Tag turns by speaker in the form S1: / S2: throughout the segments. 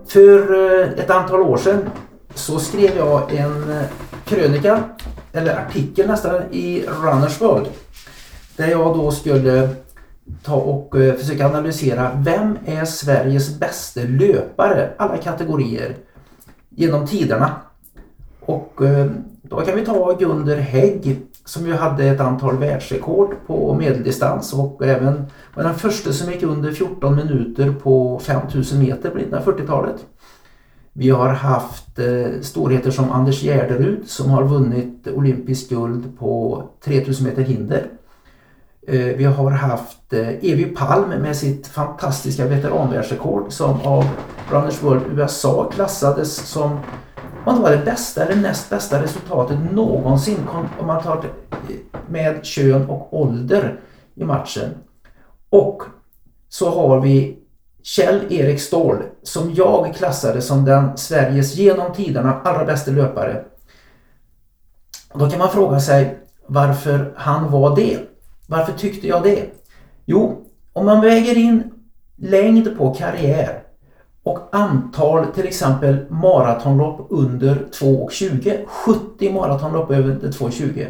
S1: För ett antal år sedan så skrev jag en krönika, eller artikel nästan, i Runners World. Där jag då skulle ta och försöka analysera vem är Sveriges bästa löpare, alla kategorier, genom tiderna. Och då kan vi ta Gunder Hägg som ju hade ett antal världsrekord på medeldistans och även var den första som gick under 14 minuter på 5000 meter på 1940-talet. Vi har haft storheter som Anders Gärderud som har vunnit olympisk guld på 3000 meter hinder. Vi har haft Evy Palm med sitt fantastiska veteranvärldsrekord som av Runners World USA klassades som om det var det bästa eller näst bästa resultatet någonsin om man tar med kön och ålder i matchen. Och så har vi Kjell-Erik Ståhl som jag klassade som den Sveriges genom tiderna allra bästa löpare. Och då kan man fråga sig varför han var det. Varför tyckte jag det? Jo, om man väger in längd på karriär och antal till exempel maratonlopp under 2,20, 70 maratonlopp över 2,20.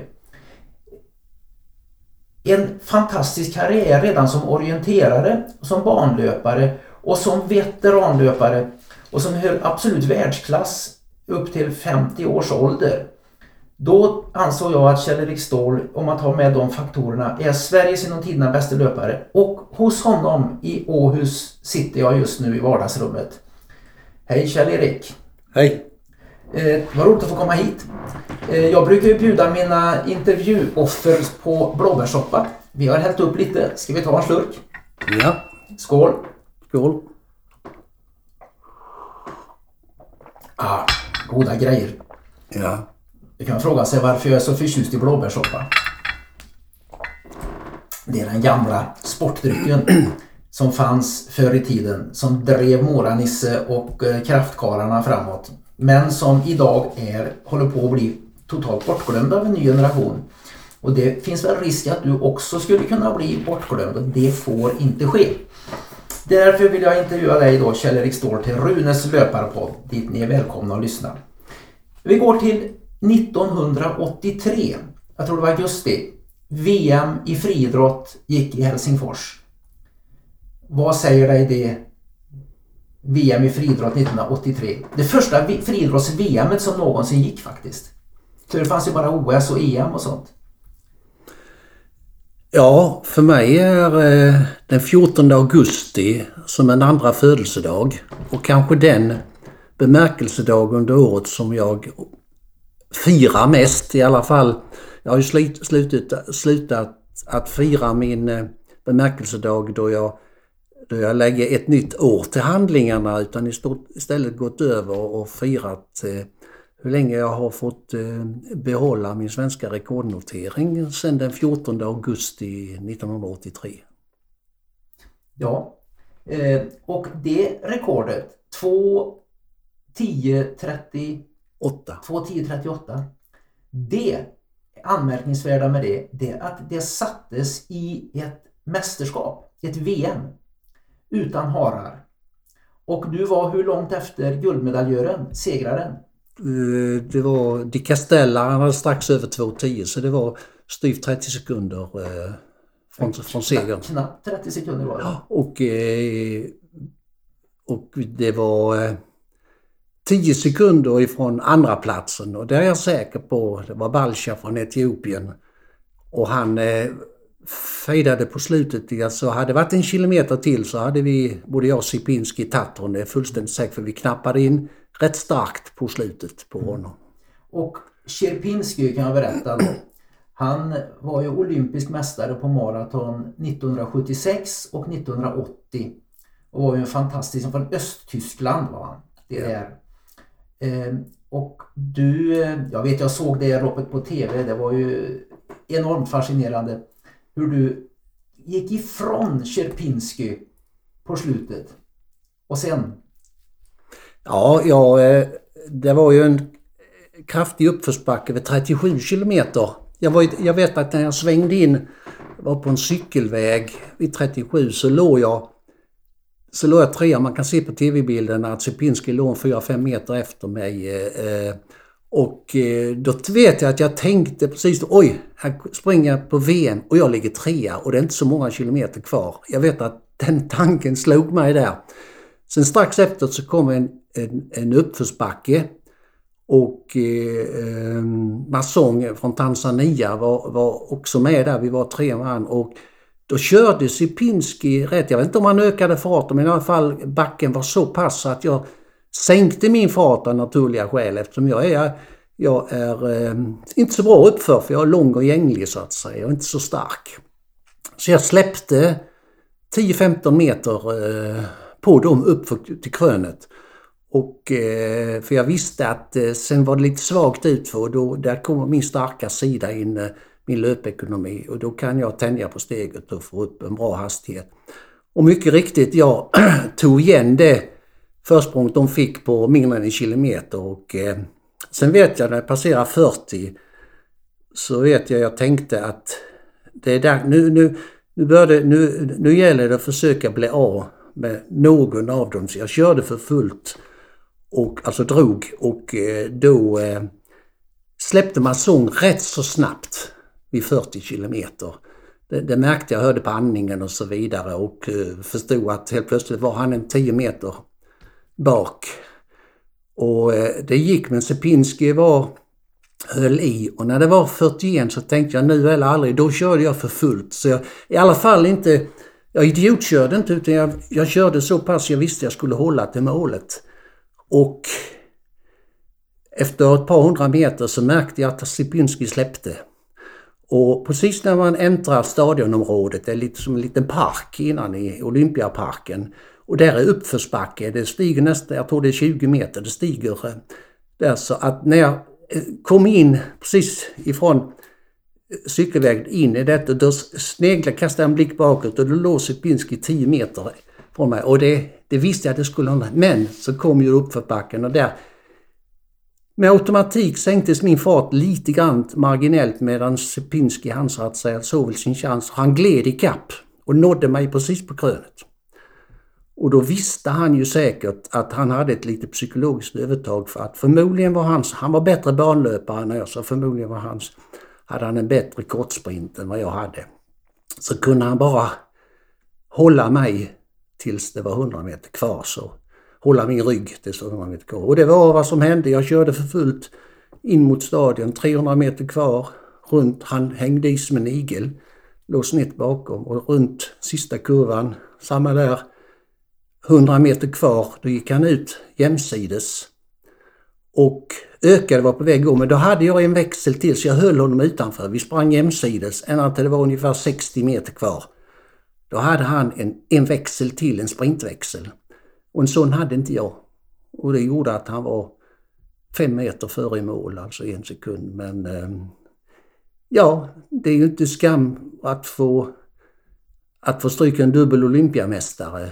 S1: En fantastisk karriär redan som orienterare, som banlöpare och som veteranlöpare och som höll absolut världsklass upp till 50 års ålder. Då ansåg jag att Kjell-Erik Ståhl, om man tar med de faktorerna, är Sveriges genom tiderna bästa löpare. Och hos honom i Åhus sitter jag just nu i vardagsrummet. Hej Kjell-Erik.
S2: Hej.
S1: Vad roligt att få komma hit. Jag brukar ju bjuda mina intervjuoffer på blåbärssoppa. Vi har hällt upp lite. Ska vi ta en slurk?
S2: Ja.
S1: Skål.
S2: Skål.
S1: Goda grejer.
S2: Ja.
S1: Du kan fråga sig varför jag är så förtjust i blåbärssoppa. Det är den gamla sportdrycken som fanns förr i tiden. Som drev Moranisse och kraftkarlarna framåt. Men som idag håller på att bli totalt bortglömd av en ny generation. Och det finns väl risk att du också skulle kunna bli bortglömd. Och det får inte ske. Därför vill jag intervjua dig då, Kjell-Erik Ståhl, till Runes löparpodd. Dit ni är välkomna att lyssna. Vi går till 1983, jag tror det var augusti, VM i friidrott gick i Helsingfors. Vad säger dig det? VM i friidrott 1983. Det första friidrotts-VM som någonsin gick faktiskt. Så det fanns ju bara OS och EM och sånt.
S2: Ja, för mig är den 14 augusti som en andra födelsedag. Och kanske den bemärkelsedag under året som jag firar mest i alla fall. Jag har ju slutat att fira min bemärkelsedag då jag lägger ett nytt år till handlingarna, utan istället gått över och firat hur länge jag har fått behålla min svenska rekordnotering sedan den 14 augusti 1983.
S1: Ja, och det rekordet 2:10:38. Det anmärkningsvärda med det är att det sattes i ett mästerskap, ett VM utan harar. Och du var hur långt efter guldmedaljören, segraren?
S2: Det var Di Castella, han hade strax över 2:10, så det var styvt 30 sekunder från segern.
S1: Knappt 30 sekunder var det.
S2: Och det var 10 sekunder ifrån andra platsen, och det är jag säker på, det var Balcha från Etiopien. Och han fejdade på slutet, alltså hade det varit en kilometer till så hade vi, både jag och Sipinski, Tatron, det är fullständigt säkert, för vi knappade in rätt starkt på slutet på honom.
S1: Och Sierpinski kan jag berätta då. Han var ju olympisk mästare på maraton 1976 och 1980. Och var ju en fantastisk, från Östtyskland var han. Det är. Och du, jag såg det loppet på tv, det var ju enormt fascinerande hur du gick ifrån Sierpinski på slutet. Och sen?
S2: Ja, det var ju en kraftig uppförsbacke vid 37 kilometer. Jag vet att när jag svängde in, var på en cykelväg vid 37, så låg jag så låg jag 3. Man kan se på tv-bilden att Sierpinski låg 4-5 meter efter mig. Och då vet jag att jag tänkte precis, oj, här springer jag på VM och jag ligger 3 och det är inte så många kilometer kvar. Jag vet att den tanken slog mig där. Sen strax efter så kom en uppförsbacke och Masong från Tanzania var också med där. Vi var 3 man och då körde Sierpinski rätt. Jag vet inte om han ökade farten, men i alla fall backen var så pass att jag sänkte min fart av naturliga skäl eftersom jag är inte så bra uppför, för jag är lång och gänglig så att säga. Jag är inte så stark. Så jag släppte 10-15 meter på dem upp till krönet. Och för jag visste att sen var det lite svagt utför och där kommer min starka sida in, min löpekonomi. Och då kan jag tänja på steget och få upp en bra hastighet. Och mycket riktigt, jag tog igen det försprång de fick på mindre än 1 kilometer. Och sen vet jag när jag passerar 40 så vet jag tänkte att det är där, nu gäller det att försöka bli av med någon av dem. Så jag körde för fullt och alltså drog och då släppte man sång rätt så snabbt vid 40 kilometer. Det märkte jag, hörde på andningen och så vidare och förstod att helt plötsligt var han en 10 meter bak. Och det gick, men Sierpinski höll i och när det var 41 så tänkte jag nu eller aldrig, då körde jag för fullt. Så jag i alla fall inte, jag idiotkörde inte utan jag körde så pass jag visste jag skulle hålla till målet. Och efter ett par 100 meter så märkte jag att Sierpinski släppte. Och precis när man äntrar stadionområdet, det är lite som en liten park innan i Olympiaparken. Och där är uppförsbacke, det stiger nästan, jag tror det är 20 meter, det stiger där. Så att när jag kom in precis ifrån cykelvägen in i detta, då kastade jag en blick bakåt och då låg Sierpinski 10 meter från mig. Och det visste jag att det skulle hända. Men så kom ju uppförsbacken och där med automatik sänktes min fart lite grann marginellt medan Sierpinski han så att säga såg väl sin chans. Han gled i kapp och nådde mig precis på krönet. Och då visste han ju säkert att han hade ett lite psykologiskt övertag för att förmodligen var han var bättre banlöpare än jag, så förmodligen hade han en bättre kortsprint än vad jag hade. Så kunde han bara hålla mig tills det var 100 meter kvar, så hålla min rygg tills 100 meter kvar. Och det var vad som hände. Jag körde för fullt in mot stadion, 300 meter kvar, runt, han hängde i som en igel, låg snett bakom och runt sista kurvan, samma där, 100 meter kvar, då gick han ut jämsides och ökade var på väg att gå, men då hade jag en växel till så jag höll honom utanför. Vi sprang jämsides ända till det var ungefär 60 meter kvar. Då hade han en växel till, en sprintväxel. Och en sån hade inte jag. Och det gjorde att han var 5 meter före i mål, alltså 1 sekund. Men ja, det är ju inte skam att få stryka en dubbel olympiamästare.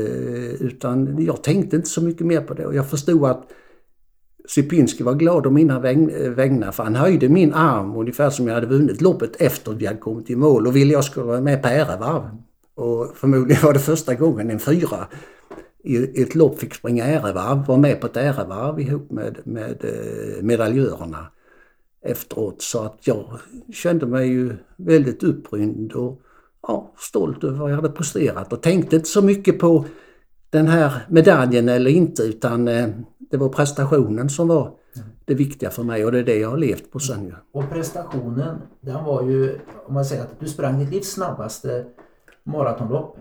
S2: Utan jag tänkte inte så mycket mer på det. Och jag förstod att Sierpinski var glad om mina vägnar. För han höjde min arm ungefär som jag hade vunnit loppet efter att vi hade kommit i mål. Och ville jag skulle vara med på ärevarv. Och förmodligen var det första gången en 4 i ett lopp fick springa ärevarv. Var med på ett ärevarv ihop med medaljörerna efteråt. Så att jag kände mig ju väldigt upprymd och stolt över vad jag hade presterat. Och tänkte inte så mycket på den här medaljen eller inte, utan det var prestationen som var det viktiga för mig, och det är det jag har levt på sen ju.
S1: Och prestationen, den var ju, om man säger att du sprang ditt livs snabbaste maratonlopp,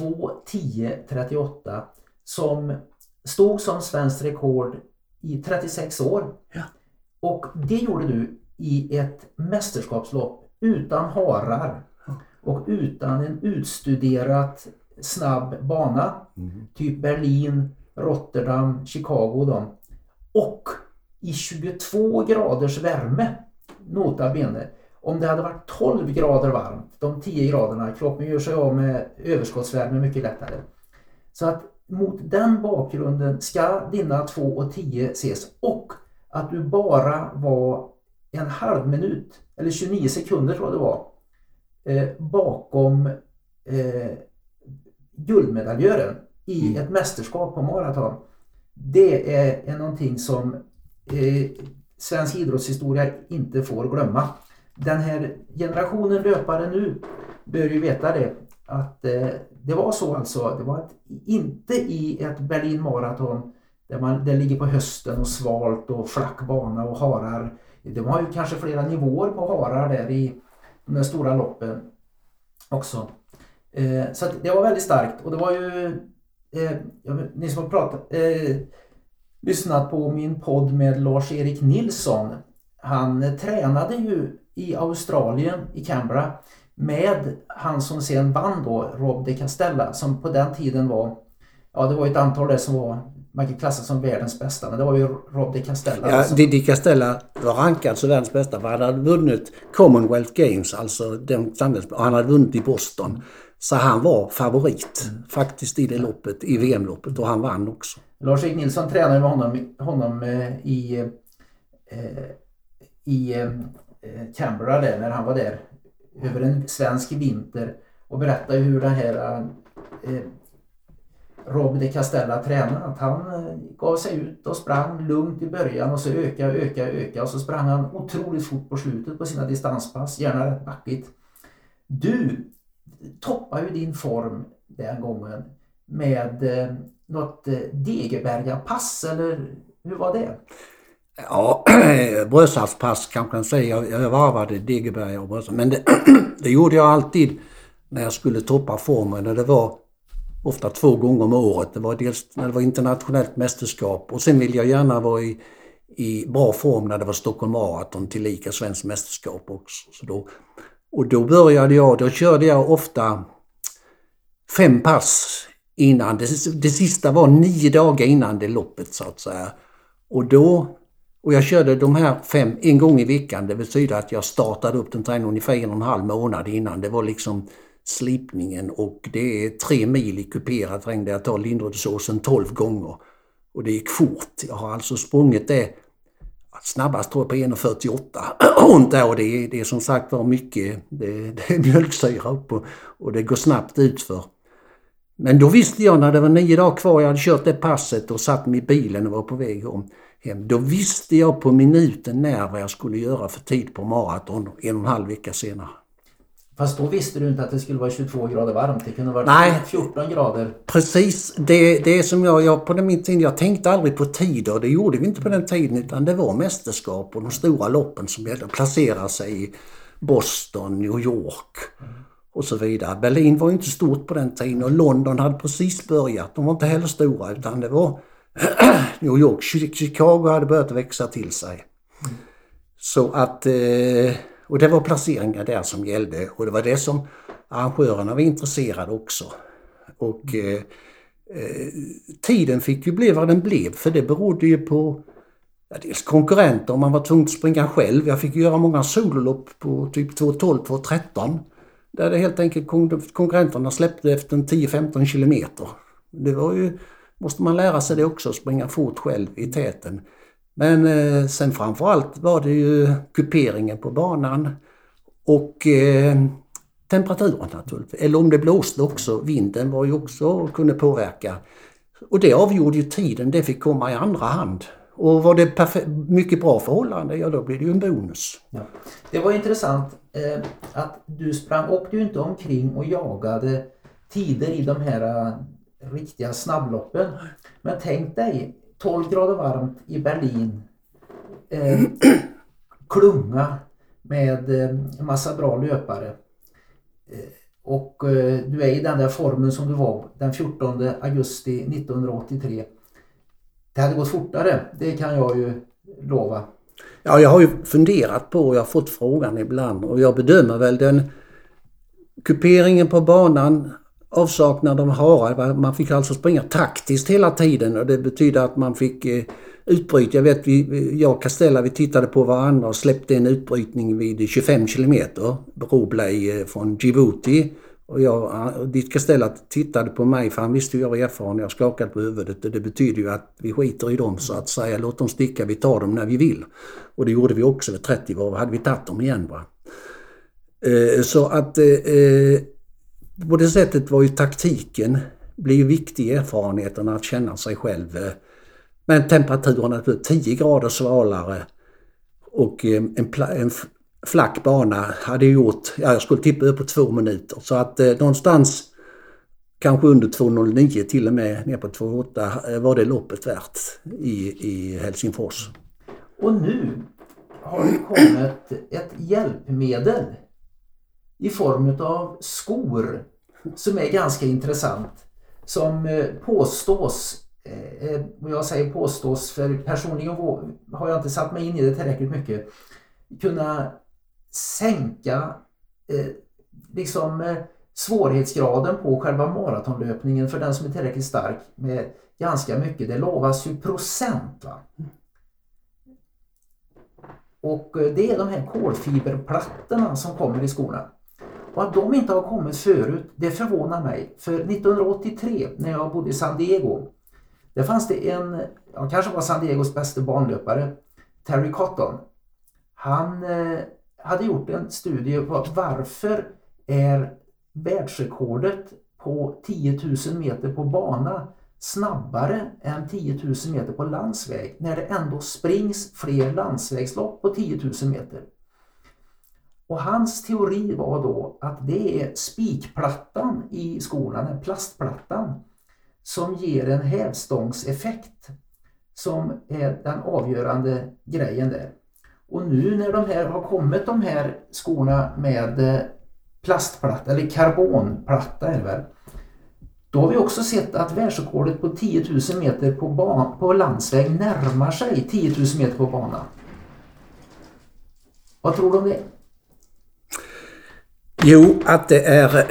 S1: 2:10:38, som stod som svenskt rekord i 36 år.
S2: Ja.
S1: Och det gjorde du i ett mästerskapslopp utan harar och utan en utstuderat snabb bana. Typ Berlin, Rotterdam, Chicago då. Och i 22 graders värme, nota bene. Om det hade varit 12 grader varmt, de 10 graderna, kroppen gör sig av med överskottsvärme mycket lättare. Så att mot den bakgrunden ska dina 2:10 ses, och att du bara var en halv minut eller 29 sekunder tror jag det var bakom guldmedaljören i ett mästerskap på maraton. Det är någonting som svensk idrottshistoria inte får glömma. Den här generationen löpare nu bör ju veta det. Att det var så alltså. Det var inte i ett Berlin maraton där ligger på hösten och svalt och flack bana och harar. Det var ju kanske flera nivåer på harar där i de där stora loppen också. Så att det var väldigt starkt. Och det var ju ni som har lyssnat på min podd med Lars-Erik Nilsson. Han tränade ju i Australien, i Canberra, med han som sen vann då, Rob de Castella, som på den tiden var, det var ett antal där som man kan klassa som världens bästa, men det var ju Rob de Castella.
S2: Ja, de Castella var rankad som världens bästa, för han hade vunnit Commonwealth Games, alltså han hade vunnit i Boston. Så han var favorit faktiskt i det loppet, i VM-loppet, och han vann också.
S1: Lars-Erik Nilsson tränade med honom i Canberra där, när han var där över en svensk vinter, och berättade hur den här Rob de Castella tränade. Att han gav sig ut och sprang lugnt i början och så öka och så sprang han otroligt fort på slutet på sina distanspass, gärna rätt backigt. Du toppar ju din form den gången med något Degeberga-pass, eller hur var det?
S2: Ja, brödsaftpass kanske man säger. Jag varvade Degeberga och brödsaft. Men det gjorde jag alltid när jag skulle toppa formen. Det var ofta 2 gånger om året. Det var dels när det var internationellt mästerskap, och sen vill jag gärna vara i bra form när det var Stockholm Marathon, till lika svensk mästerskap också. Då körde jag ofta 5 pass innan. Det sista var 9 dagar innan det loppet, så att säga. Och jag körde de här 5 en gång i veckan. Det betyder att jag startade upp den träningen ungefär 1,5 månad innan. Det var liksom slipningen, och det är 3 mil i kuperad terräng där jag tar Lindrödsåsen 12 gånger. Och det gick fort. Jag har alltså sprungit det snabbast, tror jag, på 1,48. Och det är som sagt var mycket, det är mjölksyra upp och det går snabbt utför. Men då visste jag, när det var 9 dagar kvar, jag hade kört det passet och satt mig i bilen och var på väg hem. Då visste jag på minuten vad jag skulle göra för tid på maraton 1,5 vecka senare.
S1: Fast då visste du inte att det skulle vara 22 grader varmt. Det kunde vara 14 grader.
S2: Precis. Det är som jag på min tid, jag tänkte aldrig på tider. Det gjorde vi inte på den tiden, utan det var mästerskap och de stora loppen som gällde att placera sig i Boston, New York och så vidare. Berlin var inte stort på den tiden, och London hade precis börjat. De var inte heller stora, utan det var New York. Chicago hade börjat växa till sig. Så att... Och det var placeringar där som gällde, och det var det som arrangörerna var intresserade också. Och tiden fick ju bli vad den blev, för det berodde ju på dels konkurrenter, om man var tvungen att springa själv. Jag fick göra många sololopp på typ 2.12, 2.13, där det helt enkelt konkurrenterna släppte efter 10-15 kilometer. Det var ju, måste man lära sig det också, springa fort själv i täten. Men sen framförallt var det ju kuperingen på banan och temperaturen naturligtvis. Eller om det blåste också, vinden var ju också, kunde påverka. Och det avgjorde ju tiden, det fick komma i andra hand. Och var det mycket bra förhållande, då blir det ju en bonus.
S1: Ja. Det var intressant att du åkte ju inte omkring och jagade tider i de här riktiga snabbloppen. Men tänk dig 12 grader varmt i Berlin, klunga med en massa bra löpare, och du är i den där formen som du var den 14 augusti 1983. Det hade gått fortare, det kan jag ju lova.
S2: Ja, jag har ju funderat på, och jag har fått frågan ibland, och jag bedömer väl den kuperingen på banan, avsaknad av harar. Man fick alltså springa taktiskt hela tiden, och det betyder att man fick utbryta. Jag vet, jag och Castella, vi tittade på varandra och släppte en utbrytning vid 25 kilometer. Robley från Djibouti. Och dit Castella tittade på mig, för han visste ju jag var erfaren. Jag skakade på huvudet, och det betyder ju att vi skiter i dem, så att säga. Låt dem sticka, vi tar dem när vi vill. Och det gjorde vi också vid 30 var. Hade vi tagit dem igen, va? Så att... på det sättet var ju taktiken blir ju viktig erfarenheten att känna sig själv. Men temperaturen är 10 grader svalare och en flack bana hade gjort, jag skulle tippa på 2 minuter. Så att någonstans kanske under 2.09 till och med ner på 2.08 var det loppet värt i Helsingfors.
S1: Och nu har det kommit ett hjälpmedel i form av skor som är ganska intressant. Som påstås, och jag säger påstås för personligen har jag inte satt mig in i det tillräckligt mycket, kunna sänka svårighetsgraden på själva maratonlöpningen för den som är tillräckligt stark med ganska mycket. Det lovas ju procent, va? Och det är de här kolfiberplattorna som kommer i skorna. Och att de inte har kommit förut, det förvånar mig. För 1983 när jag bodde i San Diego, där fanns det kanske var San Diegos bästa banlöpare, Terry Cotton. Han hade gjort en studie på varför är världsrekordet på 10 000 meter på bana snabbare än 10 000 meter på landsväg när det ändå springs fler landsvägslopp på 10 000 meter. Och hans teori var då att det är spikplattan i skorna, den plastplattan, som ger en hävstångseffekt som är den avgörande grejen där. Och nu när har kommit de här skorna med plastplatta eller karbonplatta är det väl, då har vi också sett att världsrekordet på 10 000 meter på landsväg närmar sig 10 000 meter på banan. Vad tror du om det?
S2: Jo, att det är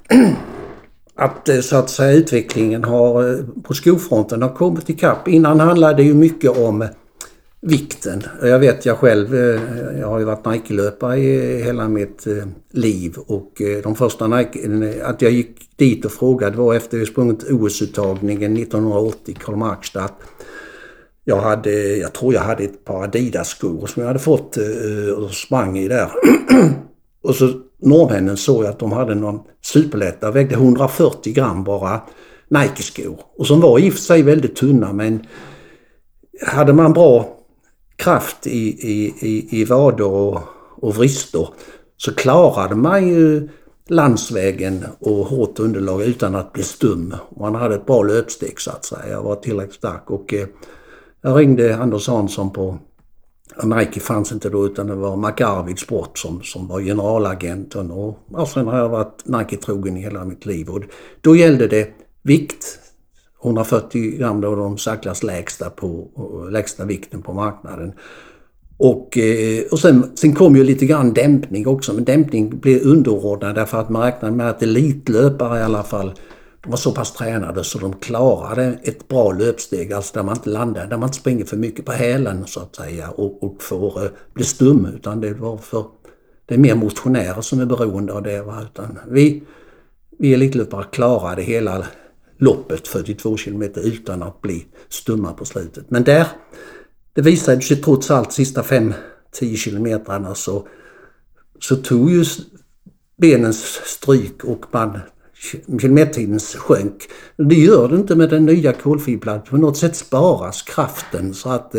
S2: att så att säga utvecklingen på skofronten har kommit ikapp. Innan handlade det ju mycket om vikten. Jag vet jag själv, jag har ju varit Nike-löpare i hela mitt liv och de första Nike, att jag gick dit och frågade var efter jag sprungit OS-uttagningen 1980 Karl Markstadt. Jag tror jag hade ett par Adidas-skor som jag hade fått och sprang i där. Och så norrmännen såg att de hade någon superlätta, vägde 140 gram bara, Nike-skor. Och som var i och för sig väldigt tunna, men hade man bra kraft i vader och vrister så klarade man ju landsvägen och hårt underlag utan att bli stum. Man hade ett bra löpsteg så att säga. Jag var tillräckligt stark och jag ringde Anders Hansson på Nike, fanns inte då utan det var McGarvid Sport som var generalagenten och sen har jag varit Nike-trogen i hela mitt liv och då gällde det vikt. 140 gram då de särklass lägsta vikten på marknaden. Och sen kom ju lite grann dämpning också, men dämpning blev underordnad därför att man räknade med att elitlöpare i alla fall, de var så pass tränade så de klarade ett bra löpsteg, alltså där man inte landar, där man inte springer för mycket på hälen så att säga och får bli stum, utan det är mer motionärer som är beroende av det. Utan vi elitlöpare klarade hela loppet 42 kilometer utan att bli stumma på slutet. Men det visade sig trots allt sista 5-10 kilometrarna så tog ju benens stryk och kilometertiden sjönk. Det gör det inte med den nya kolfiberplattan. På något sätt sparas kraften så att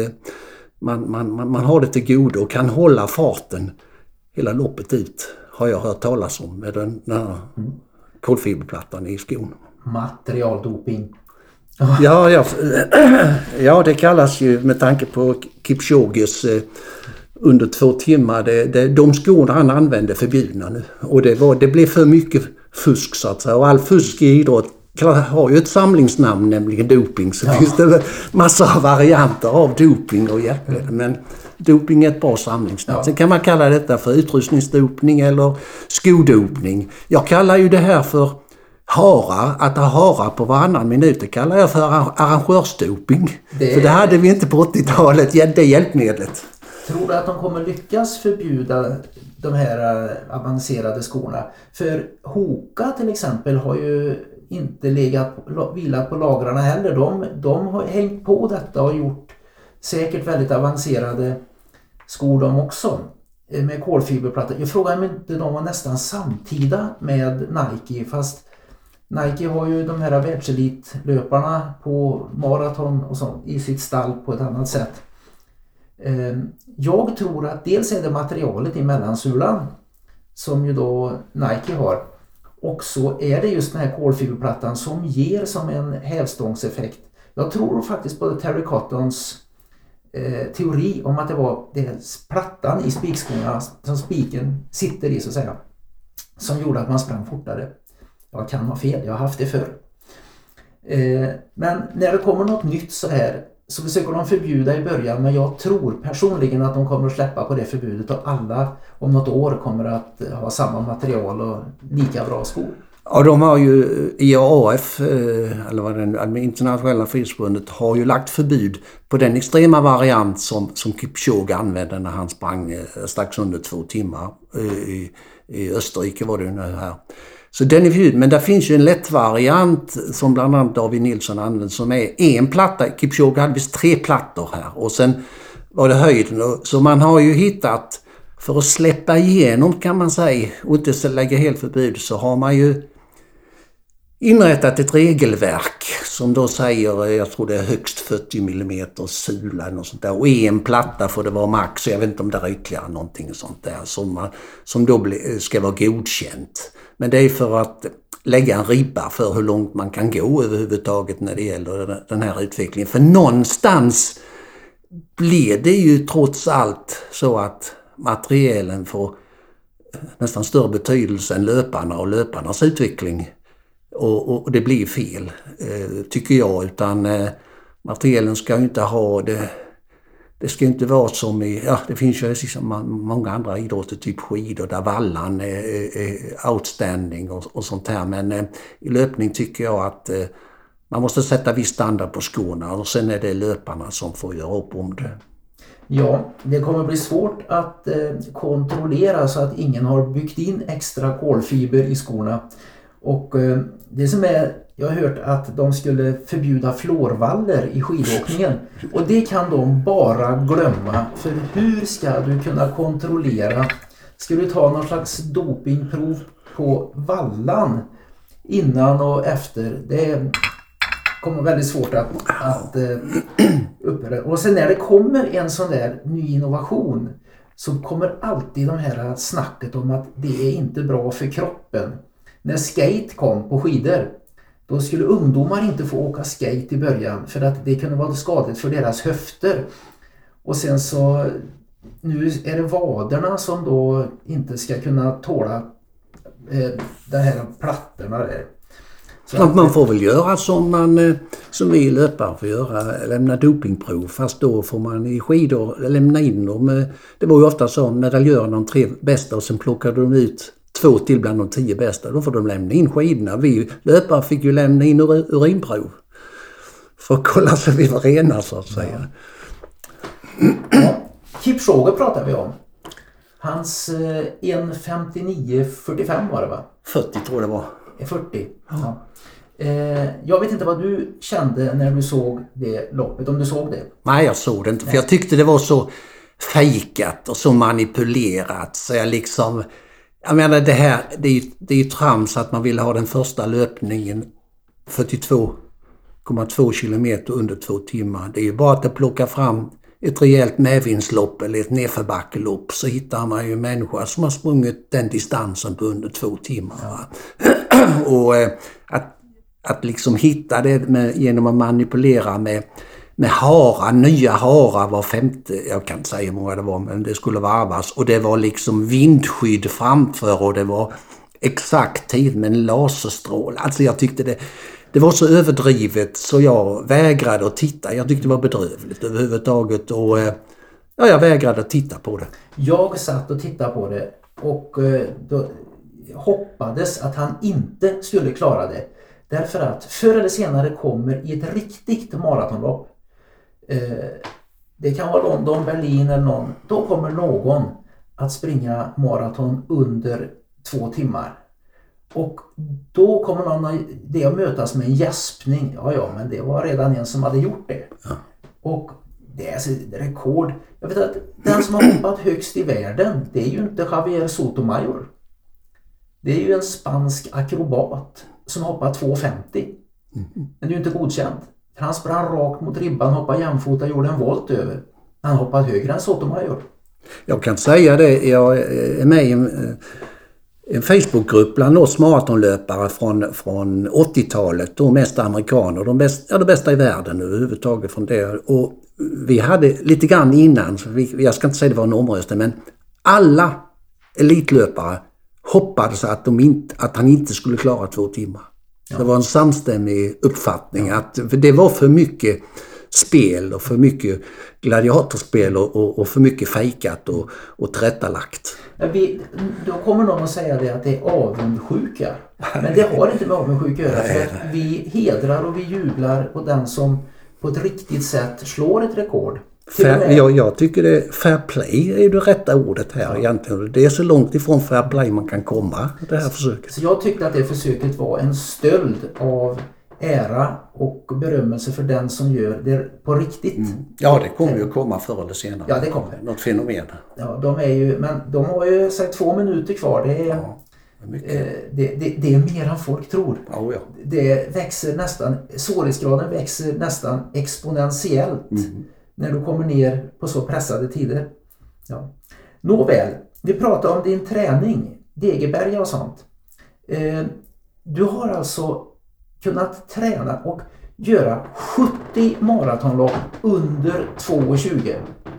S2: man har det till godo och kan hålla farten hela loppet ut. Har jag hört talas om med den kolfiberplattan i skon.
S1: Materialdoping.
S2: Ja, det kallas ju med tanke på Kipchoges under 2 timmar. De skorna han använde förbjudna nu. Och det blev för mycket fusk så att säga. Och all fusk i idrott har ju ett samlingsnamn, nämligen doping. Så finns det massor av varianter av doping och hjälpmedel. Men doping är ett bra samlingsnamn. Ja. Sen kan man kalla detta för utrustningsdopning eller skodopning. Jag kallar ju det här för att ha harar på varannan minut, det kallar jag för arrangörsdoping. För det hade vi inte på 80-talet, det hjälpmedlet.
S1: Tror du att de kommer lyckas förbjuda de här avancerade skorna? För Hoka till exempel har ju inte vilat på lagrarna heller. De har hängt på detta och gjort säkert väldigt avancerade skor de också. Med kolfiberplattor. Jag frågar mig inte, de var nästan samtida med Nike, fast Nike har ju de här världselitlöparna på maraton och sånt i sitt stall på ett annat sätt. Jag tror att dels är det materialet i mellansulan som ju då Nike har. Och så är det just den här kolfiberplattan som ger som en hävstångseffekt. Jag tror faktiskt på Terry Cottons teori om att det var plattan i spikskorna som spiken sitter i så att säga. Som gjorde att man sprang fortare. Jag kan ha fel, jag har haft det förr. Men när det kommer något nytt så här så försöker de förbjuda i början, men jag tror personligen att de kommer att släppa på det förbudet och alla om något år kommer att ha samma material och lika bra skor.
S2: Ja, de har ju IAAF, eller vad det internationella friidrottsförbundet, har ju lagt förbud på den extrema variant som Kipchoge använde när han sprang strax under 2 timmar. I Österrike var det nu här. Så den är förbjuden, men där finns ju en lätt variant som bland annat David Nilsson använder som är en platta. Kipchoge hade visst 3 plattor här och sen var det höjden. Så man har ju hittat, för att släppa igenom kan man säga och inte lägga helt förbud, så har man ju inrättat ett regelverk som då säger, jag tror det är högst 40 mm sula och sånt där. Och en platta får det vara max, jag vet inte om det är ytterligare någonting sånt där som då ska vara godkänt. Men det är för att lägga en ribba för hur långt man kan gå överhuvudtaget när det gäller den här utvecklingen. För någonstans blir det ju trots allt så att materialen får nästan större betydelse än löparna och löparnas utveckling. Och det blir fel, tycker jag, utan materialen ska ju inte ha det. Det ska inte vara som det finns ju liksom många andra idrotter, typ skidor där vallan är outstanding och sånt här. Men i löpning tycker jag att man måste sätta viss standard på skorna och sen är det löparna som får göra upp om det.
S1: Ja, det kommer bli svårt att kontrollera så att ingen har byggt in extra kolfiber i skorna. Och det som är, jag har hört att de skulle förbjuda florvaller i skidåkningen. Och det kan de bara glömma. För hur ska du kunna kontrollera? Ska du ta någon slags dopingprov på vallan innan och efter? Det kommer väldigt svårt att upprätta. Och sen när det kommer en sån där ny innovation så kommer alltid de här snacket om att det är inte bra för kroppen. När skate kom på skidor, då skulle ungdomar inte få åka skate i början för att det kunde vara skadligt för deras höfter. Och sen så, nu är det vaderna som då inte ska kunna tåla de här plattorna där. Så
S2: man får väl göra som vi löpare får göra, lämna dopingprov, fast då får man i skidor lämna in dem. Det var ju ofta så, medaljörerna de 3 bästa och sen plockade de ut 2 till bland de 10 bästa, då får de lämna in skidorna. Vi löpare fick ju lämna in urinprov för att kolla så vi var rena, så att säga.
S1: Ja, Kipchoge pratar vi om. Hans 1:59,45 var det, va?
S2: 40 tror jag det var.
S1: 40, ja. Jag vet inte vad du kände när du såg det loppet, om du såg det.
S2: Nej, jag såg det inte, för jag tyckte det var så fejkat och så manipulerat, så jag liksom... Jag menar, det är ju trams att man vill ha den första löpningen 42,2 kilometer under 2 timmar. Det är ju bara att plocka fram ett rejält medvindslopp eller ett nedförbackelopp, så hittar man ju människor som har sprungit den distansen på under 2 timmar. Ja. Och att liksom hitta det genom att manipulera med nya harar var 50, jag kan inte säga hur många det var, men det skulle varvas och det var liksom vindskydd framför och det var exakt tid med en laserstrål. Alltså jag tyckte det var så överdrivet så jag vägrade att titta. Jag tyckte det var bedrövligt överhuvudtaget och jag vägrade att titta på det.
S1: Jag satt och tittade på det och då hoppades att han inte skulle klara det. Därför att förr eller senare kommer i ett riktigt maratonlopp, det kan vara London, Berlin eller någon, då kommer någon att springa maraton under 2 timmar. Och då kommer någon det att mötas med en gäspning. Ja, men det var redan en som hade gjort det. Ja. Och det är alltså rekord. Jag vet att den som har hoppat högst i världen, det är ju inte Javier Sotomayor. Det är ju en spansk akrobat. som hoppar 2,50. Men det är ju inte godkänt. För han sprang rakt mot ribban, hoppade jämfota och gjorde en volt över. Han hoppade högre än Sotomayor.
S2: Jag kan säga det, jag är med i en Facebookgrupp bland oss maratonlöpare från 80-talet. De mest amerikaner, de bästa i världen överhuvudtaget från det. Och vi hade lite grann innan, så jag ska inte säga det var en omröstning, men alla elitlöpare hoppades att han inte skulle klara 2 timmar. Ja. Det var en samstämmig uppfattning för det var för mycket spel och för mycket gladiatorspel och för mycket fejkat och tillrättalagt.
S1: Då kommer någon att säga det att det är avundsjuka. Men det har inte med avundsjuka att göra. För att vi hedrar och vi jublar på den som på ett riktigt sätt slår ett rekord.
S2: Jag tycker det fair play är det rätta ordet här egentligen. Det är så långt ifrån fair play man kan komma, det här försöket.
S1: Så jag tyckte att det försöket var en stöld av ära och berömmelse för den som gör det på riktigt.
S2: Ja, det kommer ju komma förr eller senare.
S1: Ja, det kommer.
S2: Något fenomen.
S1: Ja, de har ju sagt 2 minuter kvar. Det är, det är mer än folk tror.
S2: Ja.
S1: Det växer nästan, svårighetsgraden växer nästan exponentiellt när du kommer ner på så pressade tider. Ja. Nåväl, vi pratar om din träning, Degeberga och sånt. Du har alltså kunnat träna och göra 70 maratonlopp under 2,20.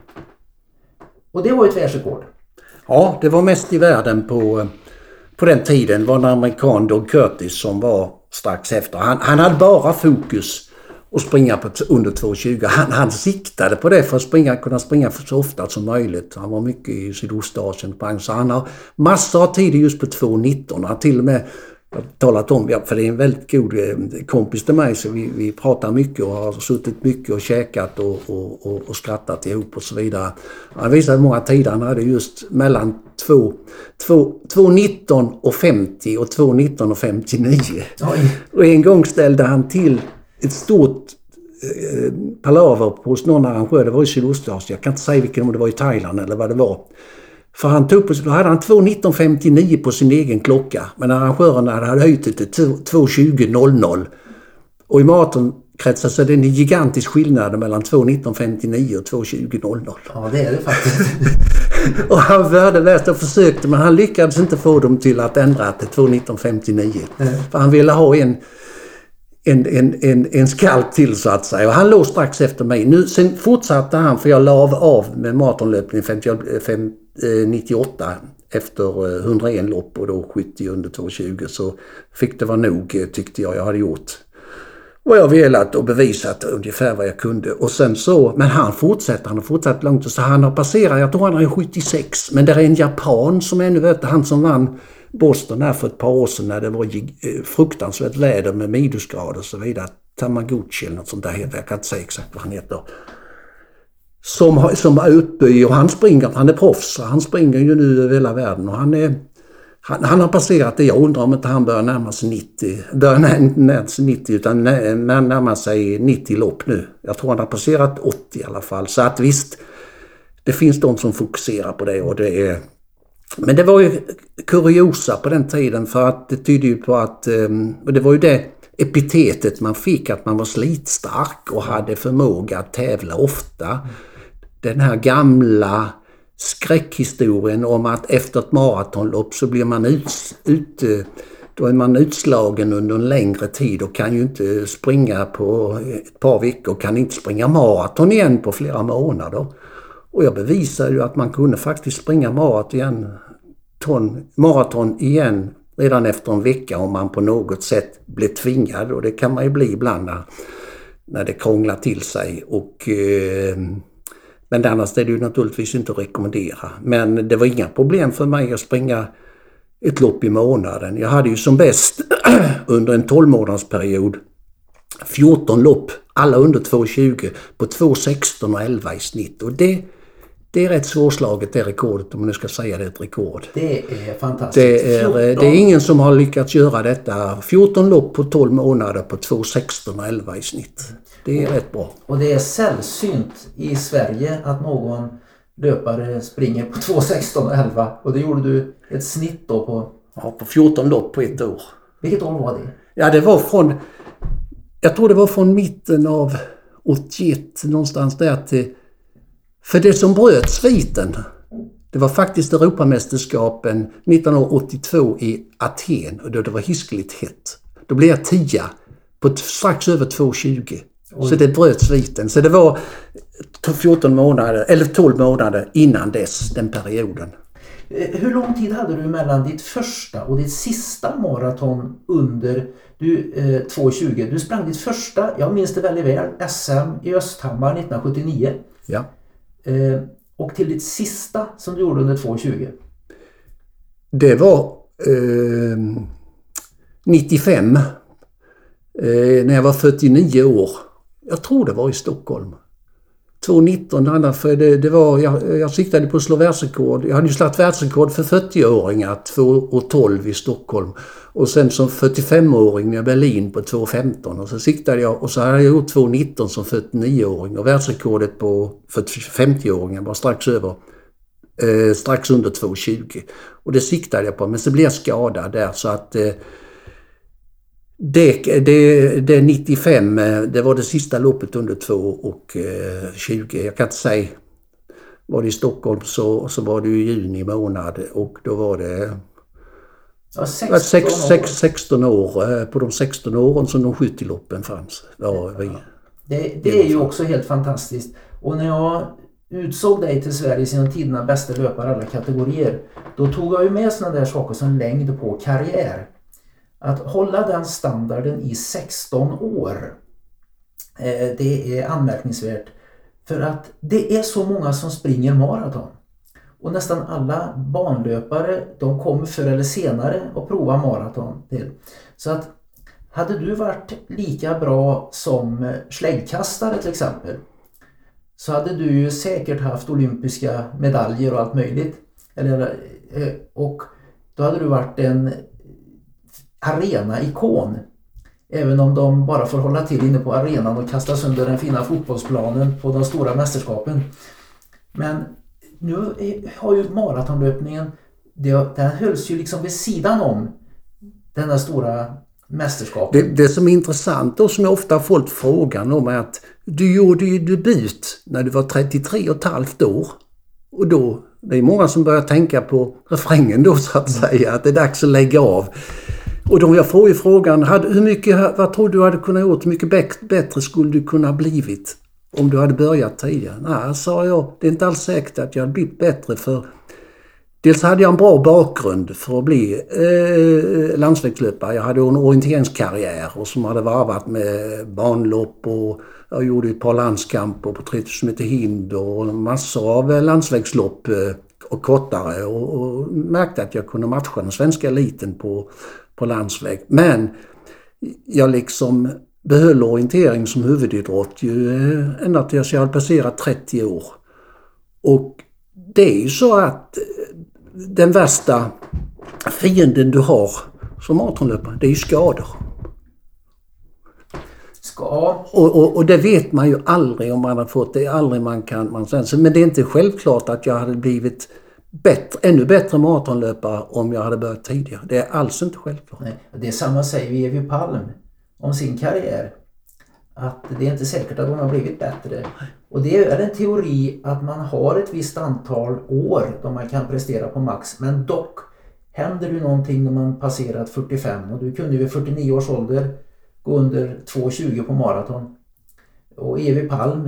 S1: Och det var ett världsrekord.
S2: Ja, det var mest i världen på den tiden. Var en amerikan, Doug Curtis, som var strax efter. Han hade bara fokus att springa på under 2,20. Han siktade på det för att kunna springa så ofta som möjligt. Han var mycket i Sydostasien. Så han har massor av tid just på 2,19. Han har till och med talat om, för det är en väldigt god kompis till mig, så vi pratar mycket och har suttit mycket och käkat och skrattat ihop och så vidare. Han visade många tider han hade just mellan 2,19 och 50 och 2,19 och 59. Och en gång ställde han till ett stort palaver hos någon arrangör, det var i Sydostasien, jag kan inte säga vilken, om det var i Thailand eller vad det var. För då hade han 2,19,59 på sin egen klocka. Men arrangörerna hade höjt det till 2,20,00. Och i maratonkretsar så är det en gigantisk skillnad mellan 2,19,59 och 2,20,00.
S1: Ja, det är det faktiskt.
S2: Och han värdelöst och försökte, men han lyckades inte få dem till att ändra till 2,19,59. För han ville ha en skall till, så att säga. Och han låg strax efter mig. Sen fortsatte han, för jag la av med maratonlöpning 98 efter 101 lopp och då 70 under 2,20, så fick det vara nog, tyckte jag hade gjort vad jag velat och bevisat ungefär vad jag kunde. Och sen så, men han har fortsatt långt, så han har passerat, jag tror han är 76, men det är en japan som ännu vet, han som vann Boston här för ett par år sedan när det var fruktansvärt väder med minusgrader och så vidare. Tamaguchi eller något sånt där heter, jag kan inte säga exakt vad han heter. Som är uppe och han är proffs. Han springer ju nu över hela världen och han har passerat det. Jag undrar om inte han börjar närma sig 90. Utan närmar sig 90 lopp nu. Jag tror han har passerat 80 i alla fall. Så att visst, det finns de som fokuserar på det och det är... Men det var ju kuriosa på den tiden, för att det tyder ju på att... Och det var ju det epitetet man fick, att man var slitstark och hade förmåga att tävla ofta. Den här gamla skräckhistorien om att efter ett maratonlopp så blir man då är man utslagen under en längre tid och kan ju inte springa på ett par veckor, kan inte springa maraton igen på flera månader. Och jag bevisade ju att man kunde faktiskt springa maraton igen redan efter en vecka om man på något sätt blev tvingad, och det kan man ju bli ibland när det krånglar till sig. Men annars är det ju naturligtvis inte att rekommendera. Men det var inga problem för mig att springa ett lopp i månaden. Jag hade ju som bäst under en 12-månadersperiod 14 lopp, alla under 2,20 på 2,16 och 11 i snitt. Och det är rätt svårslaget, det rekordet, om man nu ska säga det är ett rekord.
S1: Det är fantastiskt.
S2: Det är ingen som har lyckats göra detta. 14 lopp på 12 månader på 2,16 och 11 i snitt. Det är rätt bra.
S1: Och det är sällsynt i Sverige att någon löpare springer på 2,16 och 11. Och det gjorde du ett snitt då på...
S2: Ja, på 14 lopp på ett år.
S1: Vilket år var det?
S2: Ja, det var från... Jag tror det var från mitten av 81 någonstans där till... För det som bröt sviten, det var faktiskt Europamästerskapen 1982 i Aten. Och då det var hiskeligt hett. Då blev jag 10 på strax över 2,20. Så det bröt sviten. Så det var 14 månader, eller 12 månader innan dess, den perioden.
S1: Hur lång tid hade du mellan ditt första och ditt sista maraton under 2,20? Du sprang ditt första, jag minns det väldigt väl, SM i Östhammar 1979.
S2: Ja.
S1: Och till ditt sista som du gjorde under 2,20?
S2: Det var 95. När jag var 49 år. Jag tror det var i Stockholm. 2,19 för det var, jag siktade på att slå världsrekord. Jag hade ju slagit världsrekord för 40-åringar 2,12 i Stockholm. Och sen som 45-åring i Berlin på 2,15. Och så siktade jag, och så hade jag gjort 2,19 som 49-åring. Och världsrekordet på 50-åringar var strax under 2,20. Och det siktade jag på, men så blev jag skadad där så att... Det 95, det var det sista loppet under 2,20. Jag kan inte säga, var det i Stockholm så var det i juni månad och då var det 16 år. På de 16 åren som de 70-loppen fanns.
S1: Det är ju också helt fantastiskt. Och när jag utsåg dig till Sveriges genom tiderna bästa löpare alla kategorier, då tog jag ju med sådana där saker som längd på karriär. Att hålla den standarden i 16 år, det är anmärkningsvärt. För att det är så många som springer maraton. Och nästan alla banlöpare, de kommer förr eller senare att prova maraton till. Så att hade du varit lika bra som släggkastare till exempel, så hade du ju säkert haft olympiska medaljer och allt möjligt. Och då hade du varit en arena-ikon. Även om de bara får hålla till inne på arenan och kasta sönder den fina fotbollsplanen på de stora mästerskapen. Men nu har ju maratonlöpningen, den hölls ju liksom vid sidan om den här stora mästerskapen.
S2: Det som är intressant och som jag ofta har fått frågan om är att du gjorde ju debut när du var 33,5 år. Och då, det är många som börjar tänka på refrängen då så att säga, att det är dags att lägga av. Och då jag får ju frågan, vad tror du hade kunnat gjort? Hur mycket bättre skulle du kunna blivit om du hade börjat tidigare? Nej, sa jag, det är inte alls säkert att jag hade blivit bättre för dels hade jag en bra bakgrund för att bli landsvägslöpare. Jag hade en orienteringskarriär och som hade varvat med banlopp och jag gjorde ett par landskamper på 3000 meter hinder och massor av landsvägslopp och kortare och märkte att jag kunde matcha den svenska eliten på landsväg. Men jag liksom behöll orientering som huvudidrott ju ända tills jag hade passerat 30 år. Och det är ju så att den värsta fienden du har som maratonlöpare, det är ju skador. Och det vet man ju aldrig om man har fått det. Aldrig man kan. Men det är inte självklart att jag hade blivit ännu bättre maratonlöpare om jag hade börjat tidigare. Det är alls inte självklart.
S1: Nej, det är samma säger vi Evy Palm om sin karriär. Att det är inte säkert att hon har blivit bättre. Och det är en teori att man har ett visst antal år då man kan prestera på max. Men dock händer det någonting när man passerat 45. Och du kunde vid 49 års ålder gå under 2,20 på maraton. Och Evy Palm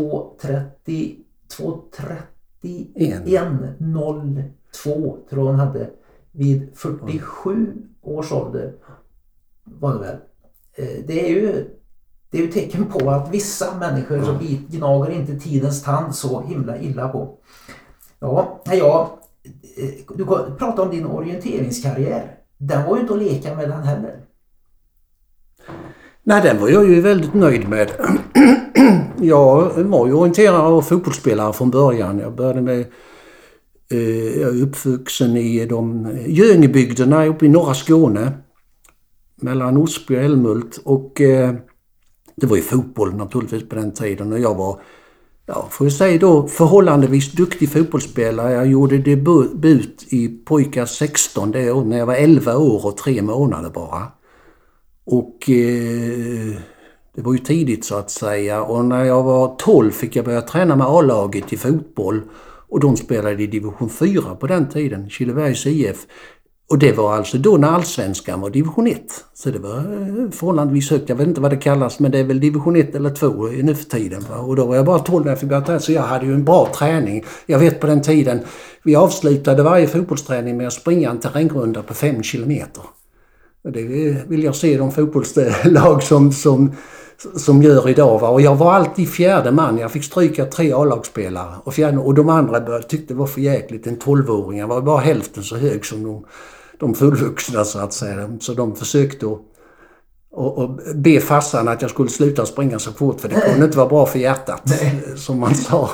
S1: 2:31:02 tror hon hade vid 47 års ålder. Var det väl. Det är ju tecken på att vissa människor som gnager inte tidens tand så himla illa på. Du pratade om din orienteringskarriär. Den var ju inte att leka med den heller.
S2: Nej, den var jag ju väldigt nöjd med. Jag var ju orienterare och fotbollsspelare från början. Jag började med... Jag är uppvuxen i de Göingebygderna uppe i norra Skåne. Mellan Osby och Älmhult. Och det var ju fotboll naturligtvis på den tiden. Och jag var, får jag säga då, förhållandevis duktig fotbollsspelare. Jag gjorde debut i pojkar 16 det år när jag var 11 år och 3 månader bara. Och det var ju tidigt så att säga. Och när jag var 12 fick jag börja träna med A-laget i fotboll. Och de spelade i division 4 på den tiden, Killebergs IF. Och det var alltså då när allsvenskan var division 1. Så det var förhållandevis högt. Jag vet inte vad det kallas, men det är väl division 1 eller 2 nu för tiden. Va? Och då var jag bara 12 när jag fick börja träna, så jag hade ju en bra träning. Jag vet på den tiden, vi avslutade varje fotbollsträning med att springa en terrängrunda på 5 kilometer. Och det vill jag se de fotbollslag som gör idag. Va? Och jag var alltid fjärde man. Jag fick stryka 3 A-lagsspelare. Och de andra tyckte det var för jäkligt. En 12-åring. Jag var bara hälften så hög som de fullvuxna så att säga. Så de försökte att be farsan att jag skulle sluta springa så fort. För det kunde inte vara bra för hjärtat. Som man sa.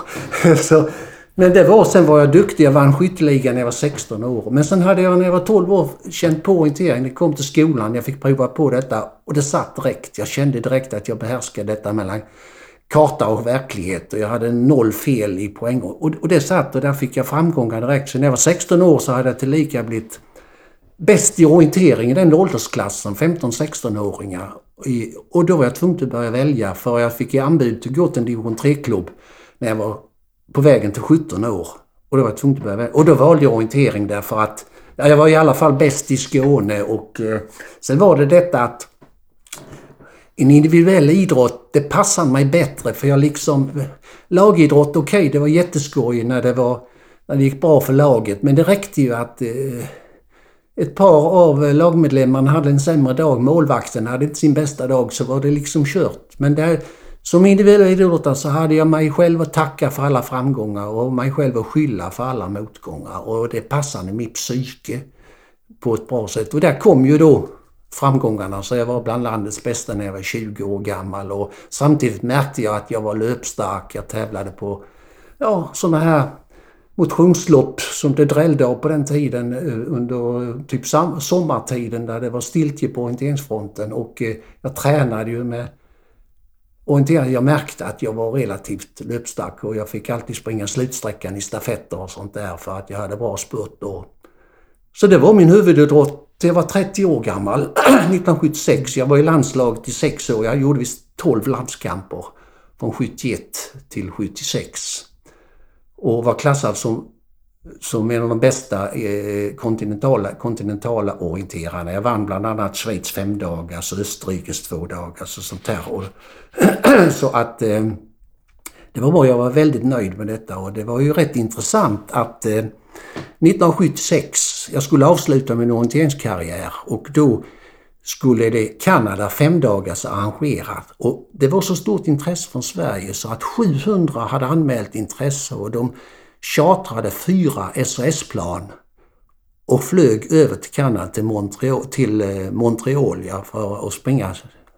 S2: Men sen var jag duktig. Jag vann skytteligan när jag var 16 år. Men sen hade jag när jag var 12 år känt på orientering. Det kom till skolan. Jag fick prova på detta. Och det satt direkt. Jag kände direkt att jag behärskade detta mellan karta och verklighet. Och jag hade 0 fel i poäng. Och det satt och där fick jag framgångar direkt. Så när jag var 16 år så hade jag tillika blivit bäst i orientering i den åldersklassen. 15-16-åringar. Och då var jag tvungen att börja välja. För jag fick i anbud till att gå till en division 3-klubb när jag var på vägen till 17 år. Och då var jag tvungen att börja välja. Och då valde jag orientering därför att jag var i alla fall bäst i Skåne. Och sen var det detta att en individuell idrott, det passade mig bättre. För jag liksom, lagidrott, okej, det var jätteskoj när det gick bra för laget. Men det räckte ju att ett par av lagmedlemmarna hade en sämre dag. Målvakten hade inte sin bästa dag, så var det liksom kört. Men som individuell idrottare så hade jag mig själv att tacka för alla framgångar och mig själv att skylla för alla motgångar. Och det passade mitt psyke på ett bra sätt. Och där kom ju då framgångarna. Så jag var bland landets bästa när jag var 20 år gammal. Och samtidigt märkte jag att jag var löpstark. Jag tävlade på sådana här motionslopp som det drällde av på den tiden under typ sommartiden där det var stiltje på orienteringsfronten. Och jag tränade ju med orientering. Jag märkte att jag var relativt löpstark och jag fick alltid springa slutsträckan i stafetter och sånt där för att jag hade bra spurt då. Så det var min huvudidrott. Jag var 30 år gammal 1976. Jag var i landslaget i 6 år. Jag gjorde visst 12 landskamper från 71 till 76. Och var klassad som en av de bästa kontinentala orienterarna. Jag vann bland annat Schweiz 5 dagars och Österrikes 2 dagars och sånt där. Så att det var bra, jag var väldigt nöjd med detta. Och det var ju rätt intressant att 1976, jag skulle avsluta min orienteringskarriär och då skulle det Kanada 5 dagars arrangerat. Och det var så stort intresse från Sverige så att 700 hade anmält intresse och de chartrade 4 SAS-plan och flög över till Kanada till Montreal för att springa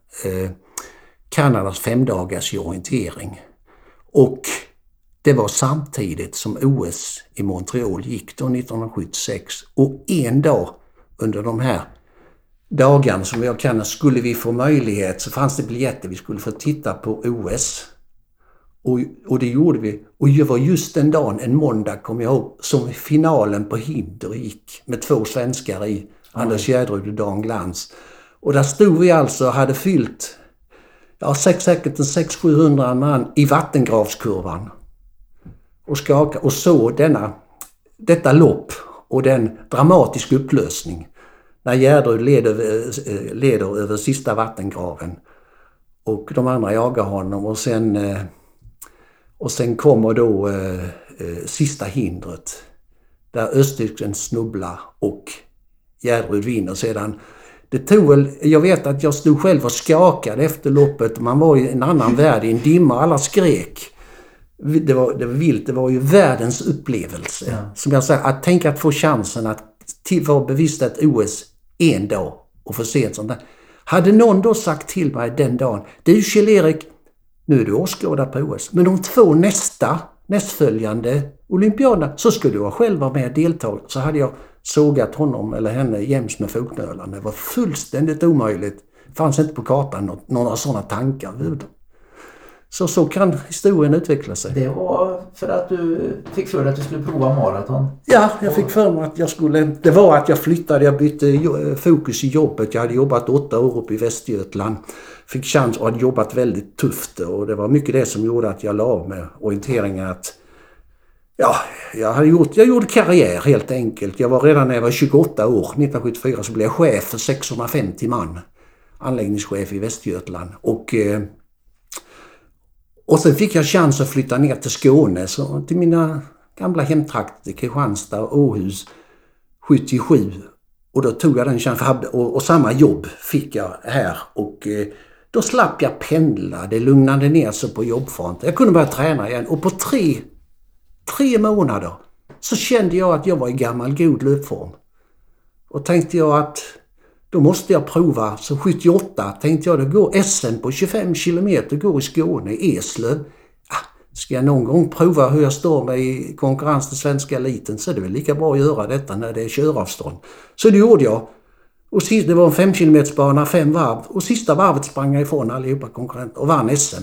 S2: Kanadas 5 dagars i orientering. Och det var samtidigt som OS i Montreal gick då 1976. Och en dag under de här dagarna som jag kan skulle vi få möjlighet så fanns det biljetter vi skulle få titta på OS. Och det gjorde vi. Och det var just den dagen, en måndag kommer jag ihåg, som finalen på hinder gick med 2 svenskar i, Anders Gärdrud och Dan Glans. Och där stod vi alltså och hade fyllt säkert 600-700 man i vattengravskurvan. Och så detta lopp och den dramatiska upplösning när Gärdrud leder över sista vattengraven och de andra jagar honom och sen kommer då sista hindret där östtysken snubblar och Gärdrud vinner sedan. Det tog väl, jag vet att jag stod själv och skakade efter loppet. Man var i en annan värld, i en dimma, alla skrek. Det var vilt, det var ju världens upplevelse. Ja. Som jag sa, att tänka att få chansen att vara bevisst ett OS en dag och få se ett sånt där. Hade någon då sagt till mig den dagen, du Kjell-Erik, nu är du åskådare på OS, men de 2 nästföljande olympiaderna så skulle jag själv vara med och delta. Så hade jag sågat honom eller henne jäms med fotknölarna. Det var fullständigt omöjligt. Det fanns inte på kartan några sådana tankar. Så kan historien utveckla sig.
S1: Det var för att du fick för dig att du skulle prova maraton?
S2: Ja, jag fick för mig att jag skulle... Det var att jag flyttade, jag bytte fokus i jobbet. Jag hade jobbat 8 år uppe i Västergötland. Fick chans och hade jobbat väldigt tufft. Och det var mycket det som gjorde att jag la av med orienteringen att... Ja, jag gjorde karriär helt enkelt. Jag var redan när jag var 28 år, 1974, så blev jag chef för 650 man. Anläggningschef i Västergötland. Och sen fick jag chans att flytta ner till Skåne, så till mina gamla hemtrakter, Kristianstad och Åhus, 77. Och då tog jag den chansen och samma jobb fick jag här. Och då slapp jag pendla, det lugnade ner sig på jobbfronten. Jag kunde börja träna igen och på 3 månader så kände jag att jag var i gammal god löpform. Och tänkte jag att då måste jag prova. Så 78 tänkte jag, det går SM på 25 kilometer, går i Skåne, Eslöv. Ska jag någon gång prova hur jag står mig i konkurrens till svenska eliten, så är det väl lika bra att göra detta när det är köravstånd. Så det gjorde jag. Och det var en 5 kilometers bana, 5 varv. Och sista varvet sprang jag ifrån allihopa konkurrenter och vann SM.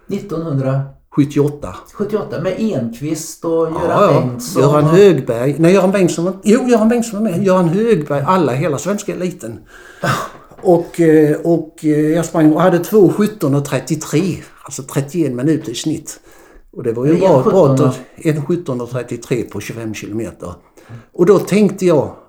S1: 1978 med Enqvist och Göran Bengtsson.
S2: Göran Högberg. Nej, Göran Bengtsson var med. Göran Högberg, hela svenska eliten. Och jag sprang och hade 2:17:33, alltså 31 minuter i snitt. Och det var ju bra 1:17:33 på 25 kilometer. Och då tänkte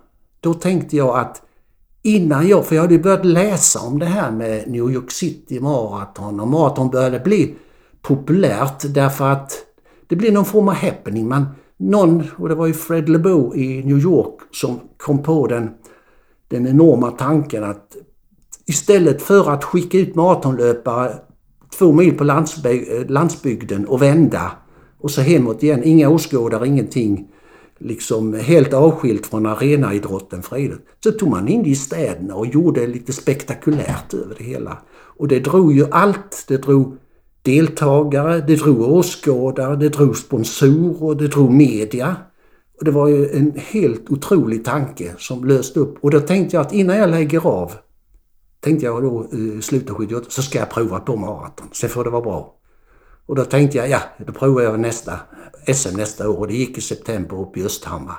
S2: jag att innan för jag hade börjat läsa om det här med New York City maraton, och maraton började bli populärt därför att det blir någon form av happening. Och det var ju Fred Lebow i New York som kom på den enorma tanken att istället för att skicka ut maratonlöpare 2 mil på landsbygden och vända och så hemåt igen, inga åskådare, ingenting, liksom helt avskilt från arenaidrotten frihet, så tog man in i städerna och gjorde lite spektakulärt över det hela. Och det drog ju allt, det drog deltagare, det drog åskådare, det drog sponsorer, det drog media. Och det var ju en helt otrolig tanke som löste upp. Och då tänkte jag att innan jag lägger av, tänkte jag då sluta 78, så ska jag prova på maraton. Sen får det vara bra. Och då tänkte jag, då provar jag SM nästa år. Och det gick i september upp i Östhammar.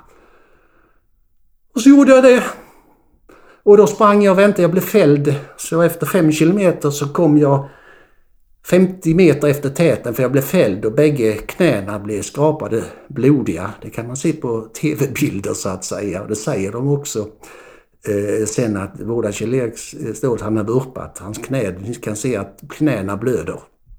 S2: Och så gjorde jag det. Och då sprang jag och väntade, jag blev fälld. Så efter 5 kilometer så kom jag 50 meter efter täten, för jag blev fälld och bägge knäna blev skrapade, blodiga. Det kan man se på tv-bilder så att säga. Och det säger de också sen att båda Kjell-Erik Ståhl, han har vurpat hans knä. Ni kan se att knäna blöder.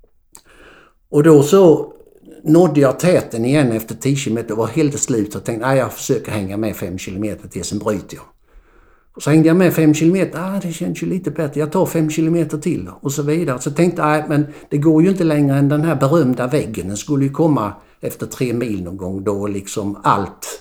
S2: Och då så nådde jag täten igen efter 10 kilometer och var helt slut och tänkte jag försöker hänga med 5 kilometer till, sen bryter jag. Och så hängde jag med 5 kilometer. Det känns ju lite bättre. Jag tar 5 kilometer till och så vidare. Så tänkte jag, men det går ju inte längre än den här berömda väggen. Den skulle ju komma efter 3 mil någon gång då liksom allt,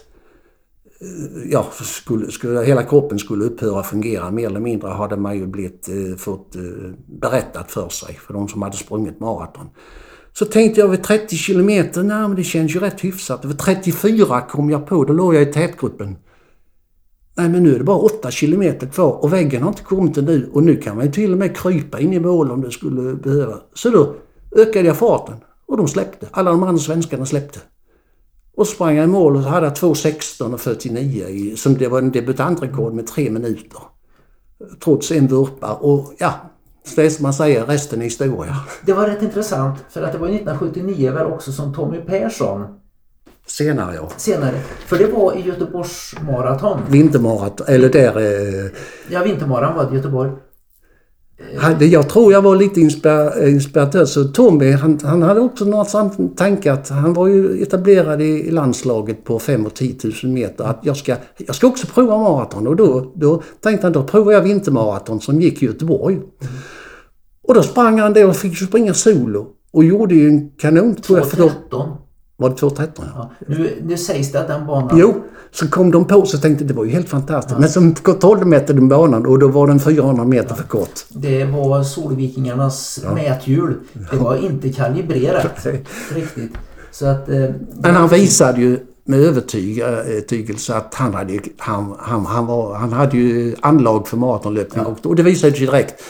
S2: hela kroppen skulle upphöra fungera. Mer eller mindre hade man ju fått berättat för sig för de som hade sprungit maraton. Så tänkte jag vid 30 kilometer, men det känns ju rätt hyfsat. Vid 34 kom jag på, då låg jag i tätgruppen. Nej, men nu är det bara 8 kilometer kvar och väggen har inte kommit nu. Och nu kan man ju till och med krypa in i mål om det skulle behöva. Så då ökade jag farten och de släppte. Alla de andra svenskarna släppte. Och sprang jag i mål och så hade jag 2:16:49 som det var en debutantrekord med 3 minuter. Trots en vurpa och det man säger, resten är historia.
S1: Det var rätt intressant för att det var 1979 väl också som Tommy Persson.
S2: Senare.
S1: För det var i Göteborgs maraton.
S2: Vintermaraton, eller där...
S1: Vintermaraton var det i Göteborg.
S2: Jag tror jag var lite inspiratör. Så Tommy, han hade också något sånt tanke att han var ju etablerad i landslaget på 5 och 10 000 meter. Att jag ska också prova maraton. Och då tänkte han, då provar jag vintermaraton som gick i Göteborg. Och då sprang han det och fick springa solo. Och gjorde ju en kanon.
S1: 2:13.
S2: Var det 2:13?
S1: Ja. Nu sägs det att den banan...
S2: Jo, så kom de på så tänkte det var ju helt fantastiskt. Ja. Men så 12 meter den banan och då var den 400 meter för kort. Det
S1: var Solvikingarnas mäthjul. Det var inte kalibrerat riktigt. Så att,
S2: men han visade ju med övertygelse att han hade ju anlag för maratonlöpning. Ja. Och det visade ju direkt.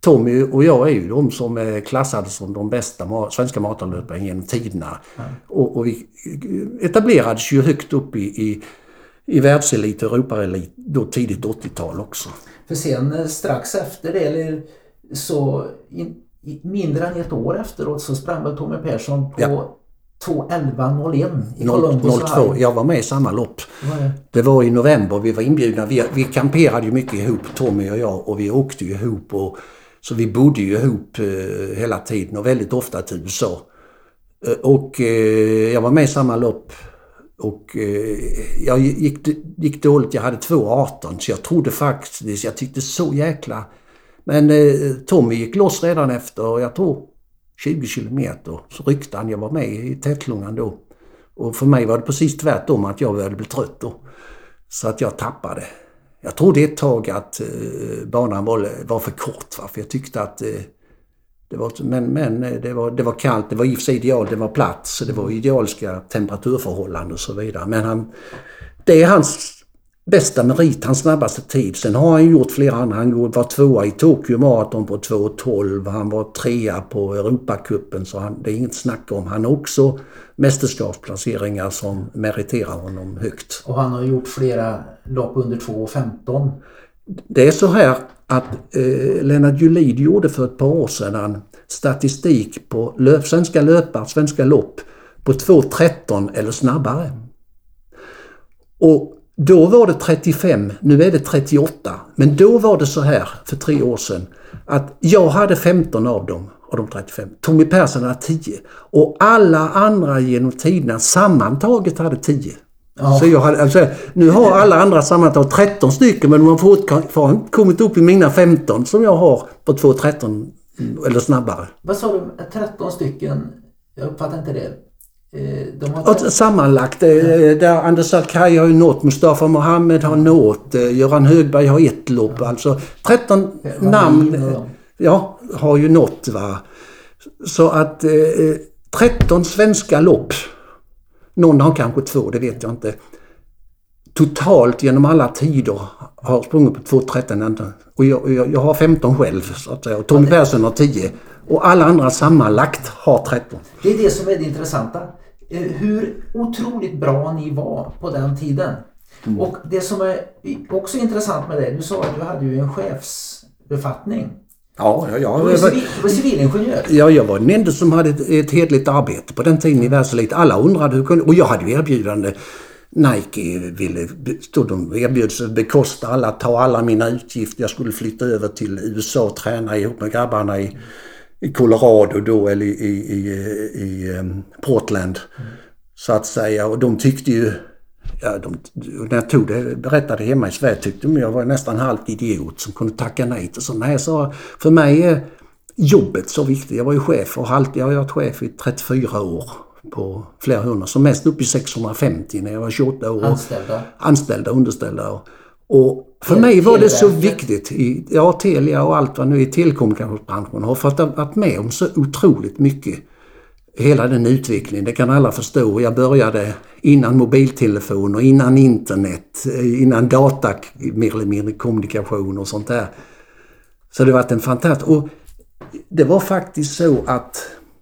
S2: Tommy och jag är ju de som är klassade som de bästa svenska maratonlöpare genom tiderna. Och vi etablerades ju högt upp i världselit och Europaelit då tidigt 80-tal också.
S1: För sen strax efter det, eller så mindre än ett år efteråt, så sprang väl Tommy Persson på 2:11:01 i Columbus.
S2: 02. Jag var med i samma lopp. Det var i november, vi var inbjudna. Vi kamperade ju mycket ihop, Tommy och jag, och vi åkte ju ihop. Så vi bodde ju ihop hela tiden och väldigt ofta till USA. Och jag var med i samma lopp. Och jag gick dåligt, jag hade 2:18, så jag trodde faktiskt, jag tyckte så jäkla. Men Tommy gick loss redan efter, jag tror 20 kilometer, så ryckte han. Jag var med i tätklungan då. Och för mig var det precis tvärtom, att jag började bli trött då. Så att jag tappade. Jag trodde ett tag att banan var för kort, va? För jag tyckte att det var, men det var kallt, det var i och för sig ideal, det var platt, så det var idealiska temperaturförhållanden och så vidare. Men det är hans bästa merit, hans snabbaste tid. Sen har han gjort flera andra. Han var 2:a i Tokyo Marathon på 2:12. Han var 3:a på Europacupen, så det är inget snack om. Han har också mästerskapsplaceringar som meriterar honom högt.
S1: Och han har gjort flera lopp under 2:15.
S2: Det är så här att Lennart Julid gjorde för ett par år sedan statistik på svenska lopp på 2:13 eller snabbare. Och då var det 35, nu är det 38. Men då var det så här för 3 år sedan att jag hade 15 av dem, av de 35. Tommy Persson hade 10. Och alla andra genom tiderna sammantaget hade 10. Ja. Så jag hade, nu har alla andra sammantaget 13 stycken, men de har fortfarande kommit upp i mina 15 som jag har på 2:13 eller snabbare.
S1: Vad sa du? 13 stycken? Jag uppfattar inte det.
S2: Sammanlagt, där Anders Sarkay har ju nått, Mustafa Mohamed har nått, Göran Högberg har ett lopp, alltså 13 namn har ju nått, va. Så att 13 svenska lopp, någon har kanske 2, det vet jag inte, totalt genom alla tider har sprungit på 2:13, och jag har 15 själv, så att säga, och Tommy Persson har 10. Och alla andra sammanlagt har 13.
S1: Det är det som är det intressanta. Hur otroligt bra ni var på den tiden. Och det som är också intressant med det, du sa att du hade ju en chefsbefattning.
S2: Ja.
S1: Du var civilingenjör.
S2: Ja, jag var den enda som hade ett hedligt arbete på den tiden i världselit. Alla undrade hur kunde, och jag hade ju erbjudande. Nike erbjöd sig bekosta alla, ta alla mina utgifter. Jag skulle flytta över till USA och träna ihop med grabbarna i Colorado då, eller i Portland, så att säga. Och de tyckte ju, när jag tog det, berättade hemma i Sverige, tyckte de jag var nästan halvt idiot som kunde tacka nej till sånt. Nej, så för mig är jobbet så viktigt. Jag var ju chef och jag har varit chef i 34 år på flera hundra, som mest upp i 650 när jag var 28 år. Anställda, underställda. Och för mig var det så viktigt i Telia och allt vad nu i telekommunikationsbranschen har fått varit med om så otroligt mycket. Hela den utvecklingen, det kan alla förstå. Jag började innan mobiltelefon och innan internet, innan data, mer eller mindre kommunikation och sånt där. Så det var en fantastisk. Och det var faktiskt så att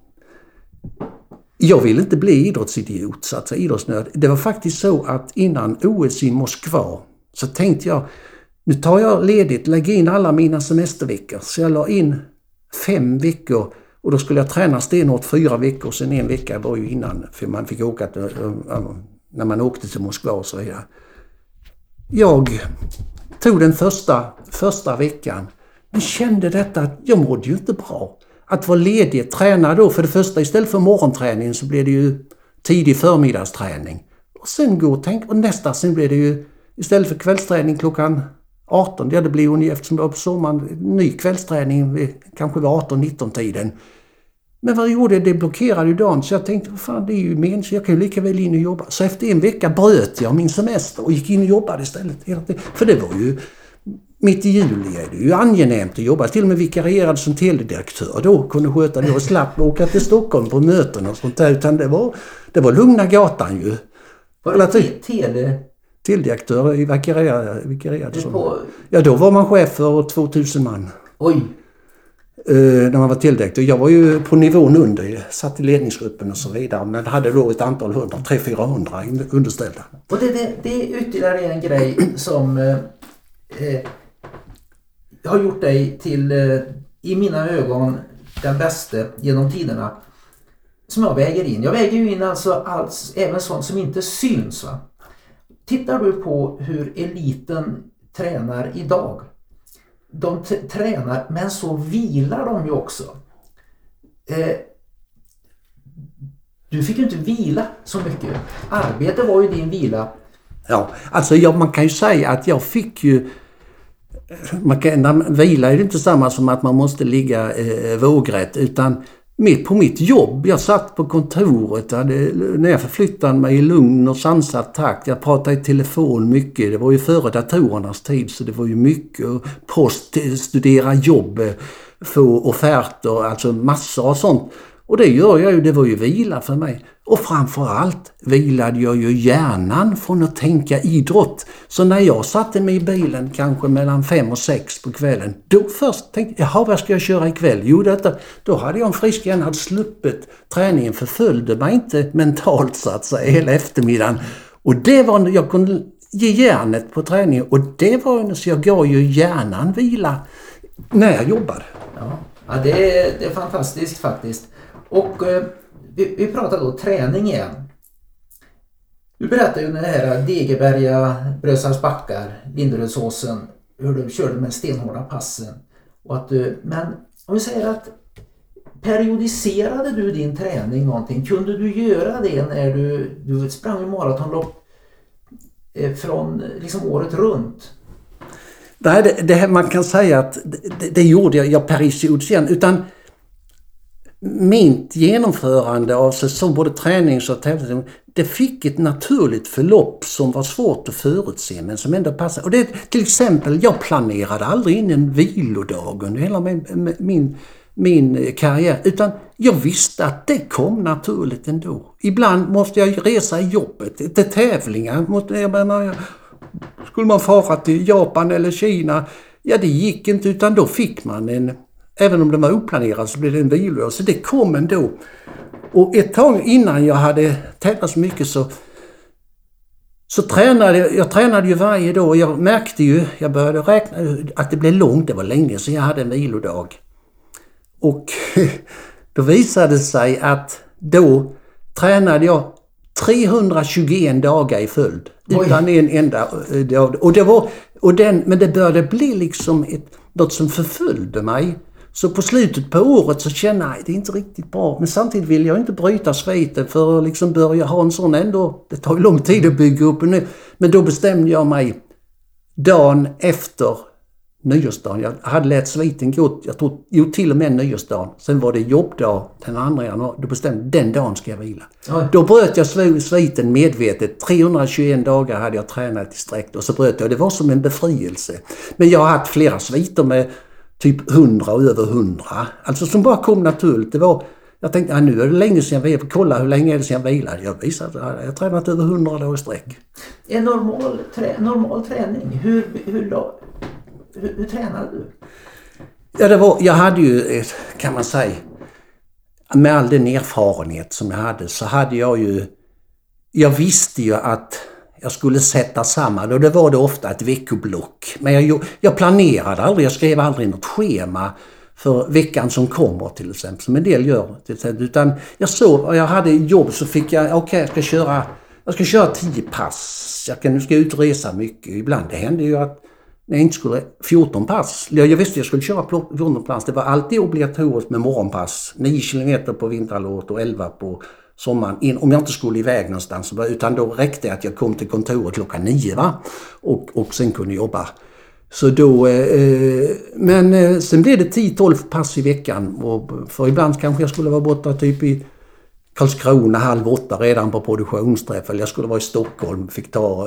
S2: jag ville inte bli idrottsidiot, så att säga, idrottsnörd. Det var faktiskt så att innan OS i Moskva så tänkte jag, nu tar jag ledigt, lägger in alla mina semesterveckor. Så jag la in 5 veckor och då skulle jag träna stenhårt 4 veckor. Sen 1 vecka var ju innan, för man fick åka när man åkte till Moskva och så vidare. Jag tog den första veckan, men kände detta att jag mådde ju inte bra. Att vara ledig, träna då, för det första istället för morgonträning så blev det ju tidig förmiddagsträning. Och sen gå och tänka, och nästa, sen blev det ju istället för kvällsträning klockan 18, det blir ju eftersom det var på sommaren, ny kvällsträning kanske vid 18-19 tiden. Men vad gjorde det blockerade ju dagen, så jag tänkte, vad fan, det är ju men, så jag kan ju lika väl in och jobba. Så efter 1 vecka bröt jag min semester och gick in och jobbade istället. För det var ju, mitt i juli är det ju angenämt att jobba. Till och med vikarierade som teledirektör då, kunde sköta det och slapp åka till Stockholm på möten och sånt där. Utan det var lugna gatan ju.
S1: Var det
S2: teledirektör vikarierade som. Ja, då var man chef för 2000 man.
S1: Oj!
S2: när man var tillräckligt. Och jag var ju på nivån under, jag satt i ledningsgruppen och så vidare. Men hade då ett antal 300-400 underställda.
S1: Och det är ytterligare en grej som har gjort dig till, i mina ögon, den bästa genom tiderna. Som jag väger in. Jag väger ju in alltså även sånt som inte syns, va? Tittar du på hur eliten tränar idag. De tränar, men så vilar de ju också. Du fick ju inte vila så mycket. Arbete var ju din vila.
S2: Ja, alltså man kan ju säga att jag fick ju... Vila är ju inte samma som att man måste ligga vågrätt, utan på mitt jobb. Jag satt på kontoret, när jag förflyttade mig i lugn och sansad takt. Jag pratade i telefon mycket. Det var ju före datorernas tid, så det var ju mycket. Post, studera jobb, få offerter, alltså massor av sånt. Och det gör jag ju, det var ju vila för mig. Och framförallt vilade jag ju hjärnan från att tänka idrott. Så när jag satte mig i bilen kanske mellan 5 och 6 på kvällen, då först tänkte jag, jaha, vad ska jag köra ikväll? Jo, då hade jag en frisk hjärna, hade sluppit träningen, förföljde mig inte mentalt så att säga hela eftermiddagen. Och det var, jag kunde ge hjärnet på träningen, och det var så jag gav ju hjärnan vila när jag jobbade.
S1: Ja, det är fantastiskt faktiskt. Och vi pratar då träning igen. Du berättade ju när det här Degeberga, Brösarps backar, Linderödsåsen, hur du körde med stenhårda passen. Och att men om vi säger att periodiserade du din träning någonting? Kunde du göra det när du sprang i maratonlopp från liksom året runt?
S2: Nej, det här, man kan säga att det gjorde jag periodiskt, utan mitt genomförande av säsong, både tränings- och tävling, det fick ett naturligt förlopp som var svårt att förutse, men som ändå passade. Och det, till exempel, jag planerade aldrig in en vilodag under hela min karriär, utan jag visste att det kom naturligt ändå. Ibland måste jag resa i jobbet, till tävlingar. Skulle man fara till Japan eller Kina, ja, det gick inte, utan då fick man även om det var oplanerat så blev det en vilodag. Så det kom ändå. Och ett tag innan jag hade tävlat så mycket så tränade jag ju varje dag. Och jag märkte ju, jag började räkna att det blev långt. Det var länge sedan jag hade en vilodag. Och då visade det sig att då tränade jag 321 dagar i följd. Utan en enda dag. Men det började bli liksom något som förföljde mig. Så på slutet på året så kände jag, det är inte riktigt bra. Men samtidigt vill jag inte bryta sviten för att liksom börja ha en sån ändå. Det tar ju lång tid att bygga upp nu. Men då bestämde jag mig dagen efter nyårsdagen. Jag hade lät sviten gå, jag tror till och med nyårsdagen. Sen var det jobbdag den 2 januari. Då bestämde den dagen ska jag vila. Oj. Då bröt jag sviten medvetet. 321 dagar hade jag tränat i sträck. Och så bröt jag. Det var som en befrielse. Men jag har haft flera sviter med typ 100 och över 100. Alltså som bara kom naturligt. Jag tänkte, nu är det länge sedan jag vilade. Kolla hur länge är det sedan jag vilade. Jag visade att jag har tränat över 100 dagar i sträck.
S1: En normal träning. Hur tränade du?
S2: Ja, jag hade ju, kan man säga, med all den erfarenhet som jag hade, så hade jag visste ju att jag skulle sätta samman, och det var det ofta ett veckoblock. Men jag planerade aldrig, jag skrev aldrig något schema för veckan som kommer till exempel, som en del gör. Utan jag hade jobb, så fick jag, jag ska köra 10 pass. Nu ska jag utresa mycket. Ibland det hände ju att när jag inte skulle 14 pass. Jag visste jag skulle köra 14 pass. Det var alltid obligatoriskt med morgonpass. 9 kilometer på vinterhalvåret och 11 på sommaren. Om jag inte skulle iväg någonstans. Utan då räckte det att jag kom till kontoret klockan 9, va? Och sen kunde jobba. Så då, men sen blev det 10-12 pass i veckan. För ibland kanske jag skulle vara borta typ i Karlskrona 7:30 redan på produktionsträff. Eller jag skulle vara i Stockholm. Fick ta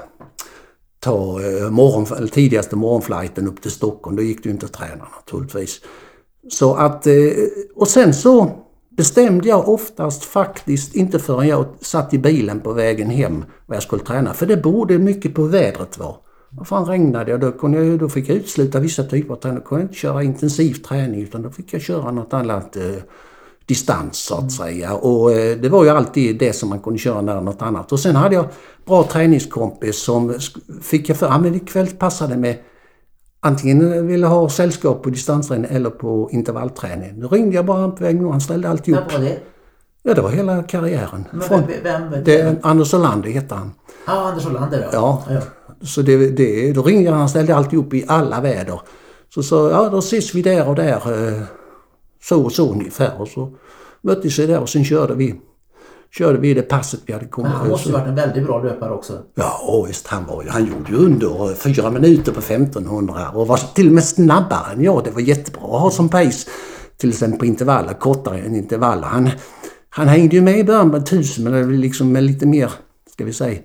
S2: tidigaste morgonflighten upp till Stockholm. Då gick det ju inte att träna naturligtvis. Så att, och sen så bestämde jag oftast faktiskt inte förrän jag satt i bilen på vägen hem vad jag skulle träna. För det berodde mycket på vädret var. Vad fan regnade jag? Då fick jag utsluta vissa typer av träning. Då kunde jag inte köra intensiv träning utan då fick jag köra något annat distans så att säga. Och det var ju alltid det som man kunde köra när något annat. Och sen hade jag bra träningskompis som fick jag för, men ikväll passade med antingen ville ha sällskap på distansträning eller på intervallträning. Då ringde jag bara på vägen och han ställde alltid upp.
S1: Vem var det?
S2: Ja, det var hela karriären.
S1: Vem?
S2: Anders Olander heter han.
S1: Ja, Anders Olander.
S2: Ja. Så då ringde han ställde alltid upp i alla väder. Så ja, då ses vi där och där. Så och så ungefär. Och så möttes vi där och sen körde vi det passet vi hade kommit.
S1: Han måste ju varit en väldigt bra löpare också.
S2: Ja, visst. Han gjorde ju under 4 minuter på 1500 och var till och med snabbare än jag. Det var jättebra att ha som pace till exempel på intervaller, kortare än intervaller. Han hängde ju med i början på 1000 men liksom med lite mer, ska vi säga,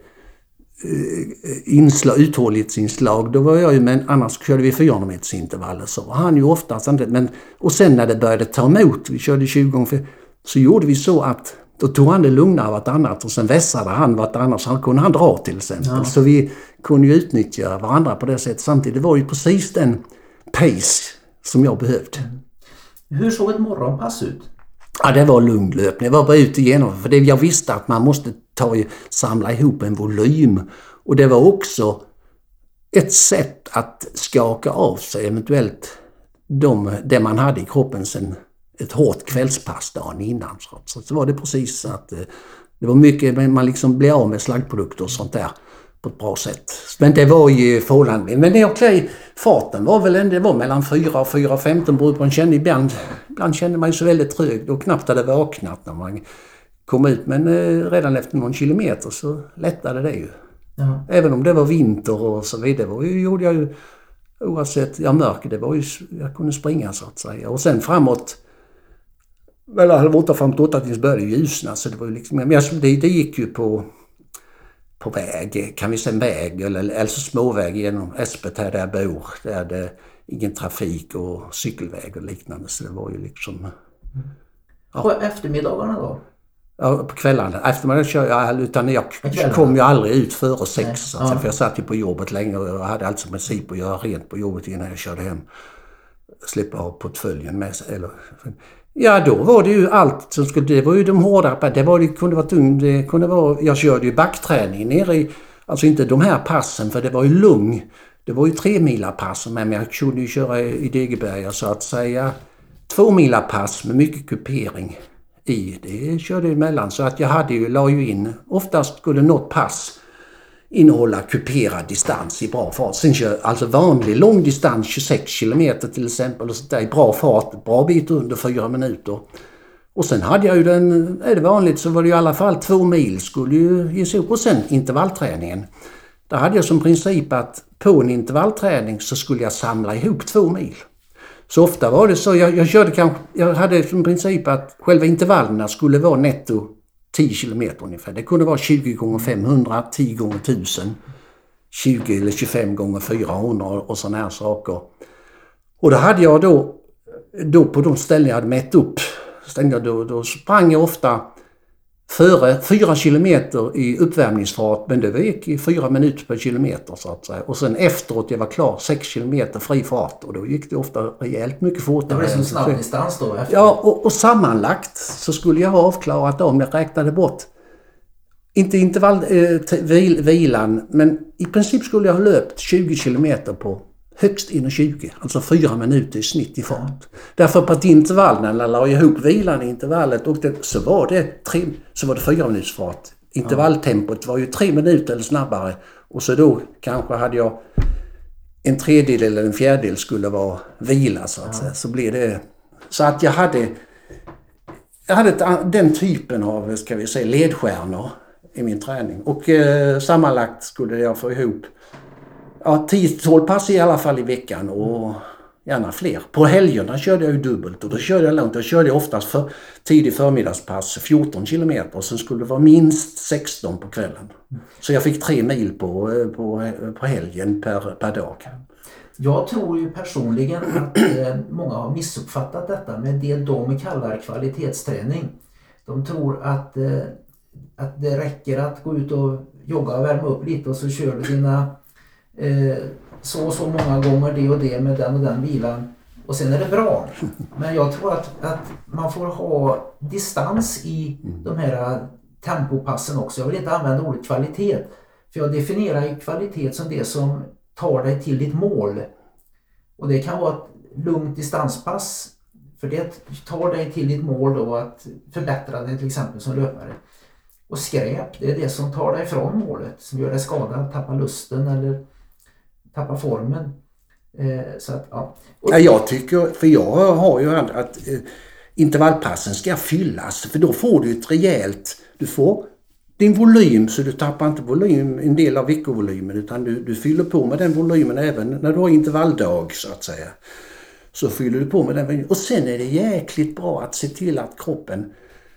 S2: uthållighetsinslag. Då var jag ju, men annars körde vi 400 meters intervaller så var han ju oftast inte. Och sen när det började ta emot, vi körde 20 gånger, så gjorde vi så att då tog han det lugnare vartannat och sen vässade han vartannat så kunde han dra till exempel. Ja. Så vi kunde ju utnyttja varandra på det sättet samtidigt. Det var ju precis den pace som jag behövde.
S1: Hur såg ett morgonpass ut?
S2: Ja, det var lugn löpning. Jag var bara ute igenom för det jag visste att man måste samla ihop en volym. Och det var också ett sätt att skaka av sig eventuellt det man hade i kroppen sen ett hårt kvällspass dagen innan. Så var det precis att det var mycket, man liksom blev av med slaggprodukter och sånt där på ett bra sätt. Men det var ju förhållande. Men det är okej, farten var väl ändå, det var mellan 4 och 4.15 beroende på en kände ibland kände man ju så väldigt trög och knappt hade vaknat när man kom ut. Men redan efter någon kilometer så lättade det ju. Ja. Även om det var vinter och så vidare. Gjorde jag ju oavsett mörker, det var ju, jag kunde springa så att säga. Och sen framåt mellan 8 fram till 8 tills började ljusna så det var ju liksom, men det gick ju på väg, kan vi säga väg eller alltså småväg genom Espet här där jag bor. Där är det ingen trafik och cykelväg och liknande så det var ju liksom...
S1: Ja. På eftermiddagarna då?
S2: Ja, på kvällarna. Eftermiddagen kör jag, utan jag kom ju aldrig ut före 6 så för jag satt ju på jobbet länge och jag hade alltså princip att göra rent på jobbet innan jag körde hem. Slippa ha portföljen med sig eller... Ja, då var det ju allt som skulle, det var ju de hårda, det kunde vara tungt, det kunde vara, jag körde ju backträning nere i, alltså inte de här passen för det var ju lugn, det var ju 3-mila pass men jag kunde ju köra i Degeberga så att säga 2-mila pass med mycket kupering i, det körde jag emellan så att jag la ju in, oftast skulle något pass innehålla kuperad distans i bra fart. Sen kör alltså vanlig lång distans 26 kilometer till exempel och så där i bra fart, bra bit under 4 minuter. Och sen hade jag ju är det vanligt så var det ju i alla fall 2 mil skulle ju ge sig upp och sen intervallträningen. Där hade jag som princip att på en intervallträning så skulle jag samla ihop 2 mil. Så ofta var det så, jag hade som princip att själva intervallerna skulle vara netto 10 kilometer ungefär. Det kunde vara 20 gånger 500, 10 gånger 1000, 20 eller 25 gånger 400 och sådana här saker. Och då hade jag då på de ställen jag hade mätt upp, då sprang jag ofta före 4 kilometer i uppvärmningsfart, men det gick i 4 minuter per kilometer så att säga. Och sen efteråt jag var klar 6 kilometer fri fart och då gick det ofta rejält mycket fortare. Det
S1: var som snabb distans då? Efter.
S2: Ja, och sammanlagt så skulle jag ha avklarat om jag räknade bort. Inte vilan, men i princip skulle jag ha löpt 20 kilometer på högst 1,20, alltså 4 minuter i snitt i fart. Därför på att intervallen, när jag la ihop vilan i intervallet och så var det 4 minuters fart. Intervalltempot var ju 3 minuter eller snabbare och så då kanske hade jag en tredjedel eller en fjärdedel skulle vara vila så att säga. Så blir det så att jag hade den typen av, ska vi säga, ledstjärnor i min träning och sammanlagt skulle jag få ihop 10-12 pass i alla fall i veckan och gärna fler. På helgerna körde jag ju dubbelt och då körde jag långt. Jag körde oftast för tidig förmiddagspass 14 kilometer och sen skulle det vara minst 16 på kvällen. Så jag fick 3 mil på helgen per dag.
S1: Jag tror ju personligen att många har missuppfattat detta med det de kallar kvalitetsträning. De tror att det räcker att gå ut och jogga och värma upp lite och så kör du dina så och så många gånger det och det med den och den bilen. Och sen är det bra. Men jag tror att man får ha distans i de här tempopassen också. Jag vill inte använda ordet kvalitet. För jag definierar ju kvalitet som det som tar dig till ditt mål. Och det kan vara ett lugnt distanspass. För det tar dig till ditt mål då att förbättra dig till exempel som löpare. Och skräp, det är det som tar dig från målet. Som gör dig skadad, tappar lusten eller tappar formen. Så att, ja.
S2: Ja, jag tycker, för jag har ju att intervallpassen ska fyllas. För då får du ett rejält, du får din volym så du tappar inte volym, en del av veckovolymen, utan du fyller på med den volymen även när du har intervalldag så att säga. Så fyller du på med den volymen. Och sen är det jäkligt bra att se till att kroppen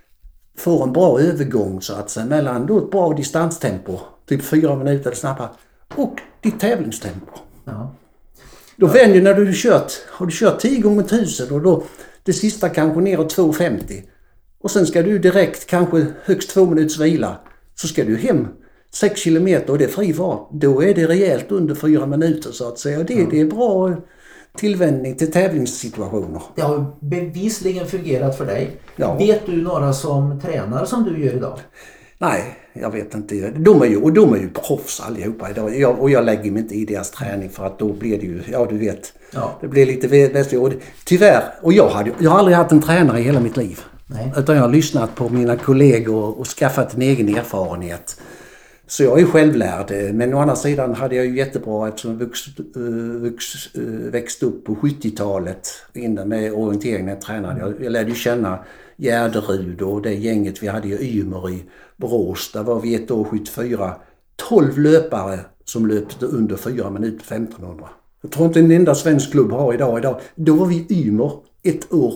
S2: får en bra övergång så att säga mellan då ett bra distanstempo, typ 4 minuter eller snabbare, och ditt tävlingstempo.
S1: Ja.
S2: Då vänjer när har du kört 10 gånger 1000 och då det sista kanske neråt 2,50. Och sen ska du direkt kanske högst 2 minuters vila. Så ska du hem 6 kilometer och det är fri fart. Då är det rejält under 4 minuter så att säga. Det är bra tillvänjning till tävlingssituationer.
S1: Det har bevisligen fungerat för dig.
S2: Ja.
S1: Vet du några som tränar som du gör idag?
S2: Nej, jag vet inte. De är ju proffs allihopa idag. Och jag lägger mig inte i deras träning för att då blir det ju, ja du vet. Ja. Det blir lite västligt. Tyvärr, och jag har aldrig haft en tränare i hela mitt liv. Nej. Utan jag har lyssnat på mina kollegor och skaffat en egen erfarenhet. Så jag är självlärd. Men å andra sidan hade jag ju jättebra eftersom jag växte upp på 70-talet innan med orientering när jag tränade. Jag lärde ju känna Gärderud och det gänget vi hade i Ymer i Borås. Där var vi ett år 74. 12 löpare som löpte under 4 minuter 1500. Jag tror inte en enda svensk klubb har idag. Då var vi i Ymer ett år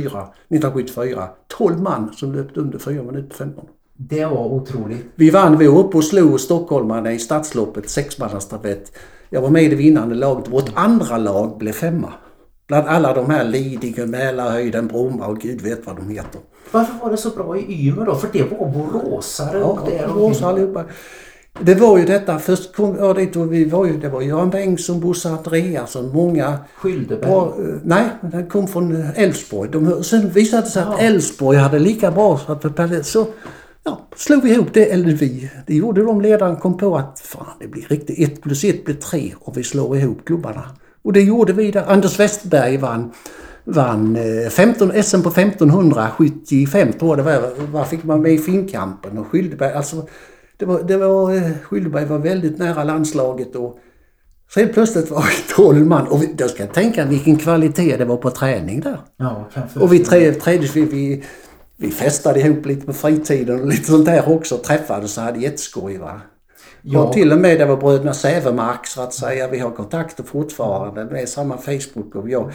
S2: 1974. 12 man som löpte under 4 minuter 1500.
S1: Det var otroligt.
S2: Vi var uppe och slog stockholmarna i stadsloppet 6-mannastafett. Jag var med i det vinnande laget. Vårt andra lag blev 5. Bland alla de här Lidingö, Mälarhöjden, Bromma och gud vet vad de heter.
S1: Varför var det så bra i Ymer då? För det var boråsare.
S2: Ja, boråsare allihopa. Det var ju detta, först kom jag dit och det var Göran Bengtsson, Bosse Andreasson, många...
S1: Skyldeberg?
S2: Nej, den kom från Älvsborg. Sen visade det sig att Älvsborg hade lika bra så slog vi ihop det, eller vi. Det gjorde de, ledaren kom på att fan, det blir riktigt 1 + 1 blir 3 och vi slår ihop klubbarna. Och det gjorde vi där. Anders Westberg vann 15 SM på 1575 tror jag det var. Fick man med i finkampen och Skyldeberg, alltså Skyldeberg var väldigt nära landslaget och sen plötsligt var det 12 man och då ska jag tänka vilken kvalitet det var på träning där.
S1: Ja,
S2: och vi festade ihop lite på fritiden och lite sånt där också, träffades och hade jätteskoj va. Ja. Och till och med det var bröderna Sävemark så att säga, vi har kontakter fortfarande med samma Facebook och jag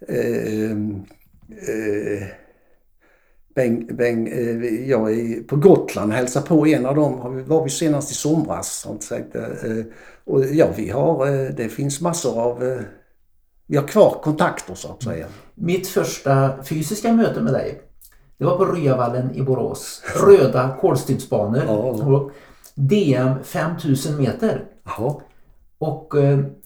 S2: jag är på Gotland och hälsar på en av dem, var vi senast i somras och ja det finns massor av vi har kvar kontakter så att säga.
S1: Mitt första fysiska möte med dig, det var på Ryavallen i Borås. Röda kolstygnsbanor. Ja. DM 5000 meter.
S2: Ja.
S1: Och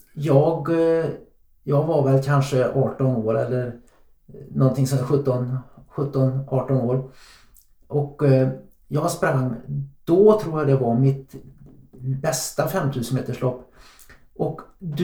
S1: jag var väl kanske 18 år eller någonting som 17-18 år. Och jag sprang, då tror jag det var mitt bästa 5000 meterslopp. Och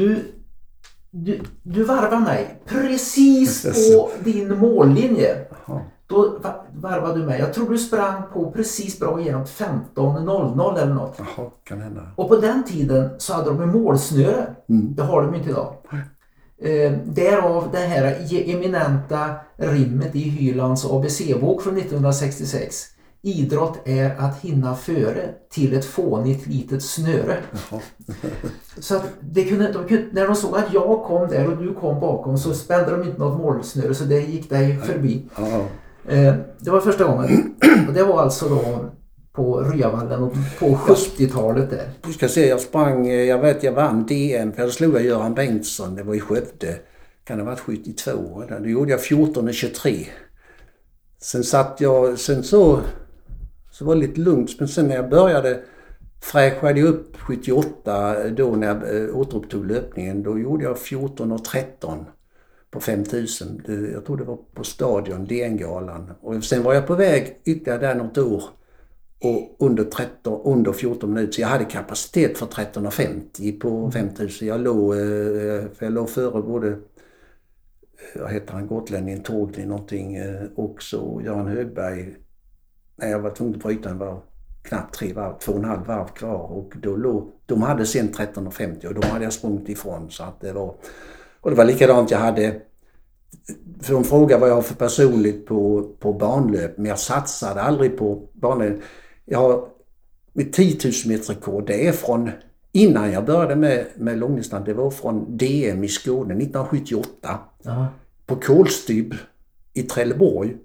S1: du varvar mig precis på din mållinje. Aha. Då varvade du mig. Jag tror du sprang på precis bra igenom 15.00 eller något.
S2: Jaha, kan hända.
S1: Och på den tiden så hade de en målsnöre. Det har de inte idag. Därav det här eminenta rimmet i Hylands ABC-bok från 1966. Idrott är att hinna före till ett fånigt litet snöre. Så att när de såg att jag kom där och du kom bakom så spände de inte något målsnöre så det gick dig förbi. Det var första gången. Och det var alltså då på Ryavallen och på 70-talet där.
S2: Du ska se, jag vann DM för jag slog Göran Bengtsson, det var i Skövde. Kan det ha varit 72? Då gjorde jag 14:23. Sen så var det lite lugnt, men sen när jag började fräschade jag upp 78 då när jag återupptog löpningen. Då gjorde jag 14:13 på 5000. Jag tror det var på stadion, DN-galan. Och sen var jag på väg ytterligare där något år. Och under 14 minuter. Så jag hade kapacitet för 13:50 på 5000. Jag låg före både, vad heter han, gotlänningen, Torgli någonting. Och så Göran Högberg. När jag var tvungen att bryta en varv. Knappt 2,5 varv kvar. Och de hade sen 13:50 och de hade jag sprungit ifrån. Så att det var likadant jag hade. För de frågar vad jag har för personligt på banlöp. Men jag satsade aldrig på banlöp. Jag har mitt 10 000 meters rekord. Det är från innan jag började med långdistans. Det var från DM i Skåne 1978. Aha. På Kolstyb i Trelleborg.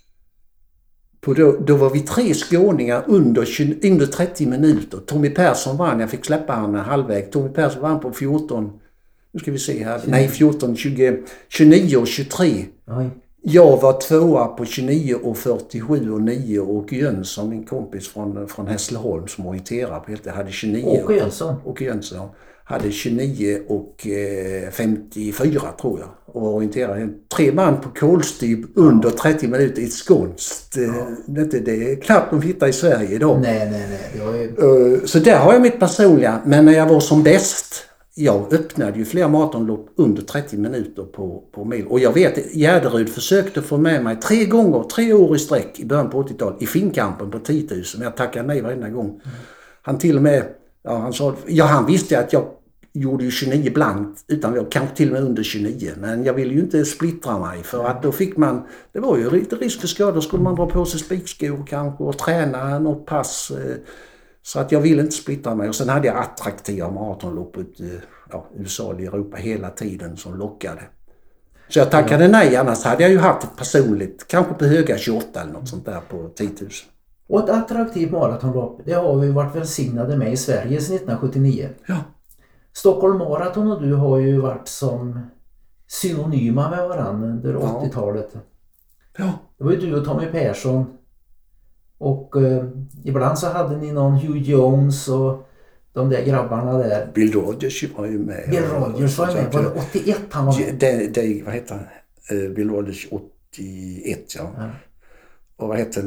S2: Då var vi 3 skåningar under 30 minuter. Tommy Persson vann. Jag fick släppa han halvväg. Tommy Persson vann på 14. Nu ska vi se här. Nej, 14, 20, 29 och 23. Oj. Jag var tvåa på 29 och 47 och 9 och Jönsson, min kompis från Hässleholm som orienterar på helt, hade 29. Och Jönsson hade 29 och 54 tror jag. Och orienterade 3 man på Kolstyb under 30 minuter i ett skånskt. Det är knappt de hittar i Sverige idag.
S1: Nej.
S2: Så där har jag mitt personliga. Men när jag var som bäst, jag öppnade ju flera maratonlopp under 30 minuter på mil. Och jag vet, Gärderud försökte få med mig 3 år i sträck i början på 80-talet i finkampen på 10 000. Men jag tackade nej varenda gång. Han till och med, han visste att jag gjorde ju 29 blankt utan jag kanske till och med under 29. Men jag ville ju inte splittra mig för att då fick man, det var ju lite risk för skador. Skulle man dra på sig spikskor kanske och träna något pass. Så att jag ville inte splittra mig. Och sen hade jag attraktiva maratonlopp i USA och Europa hela tiden som lockade. Så jag tackade nej, annars hade jag ju haft ett personligt, kanske på höga 28 eller något sånt där på 10 000.
S1: Och ett attraktivt maratonlopp, det har vi varit välsignade med i Sverige sedan 1979.
S2: Ja.
S1: Stockholm Marathon och du har ju varit som synonyma med varandra under 80-talet.
S2: Ja.
S1: Det var ju du och Tommy Persson. Och ibland så hade ni någon Hugh Jones och de där grabbarna där.
S2: Bill Rogers var ju med.
S1: Bill Rogers var med. Var det 81 han var med?
S2: Vad heter han? Bill Rogers 81, ja. Och vad heter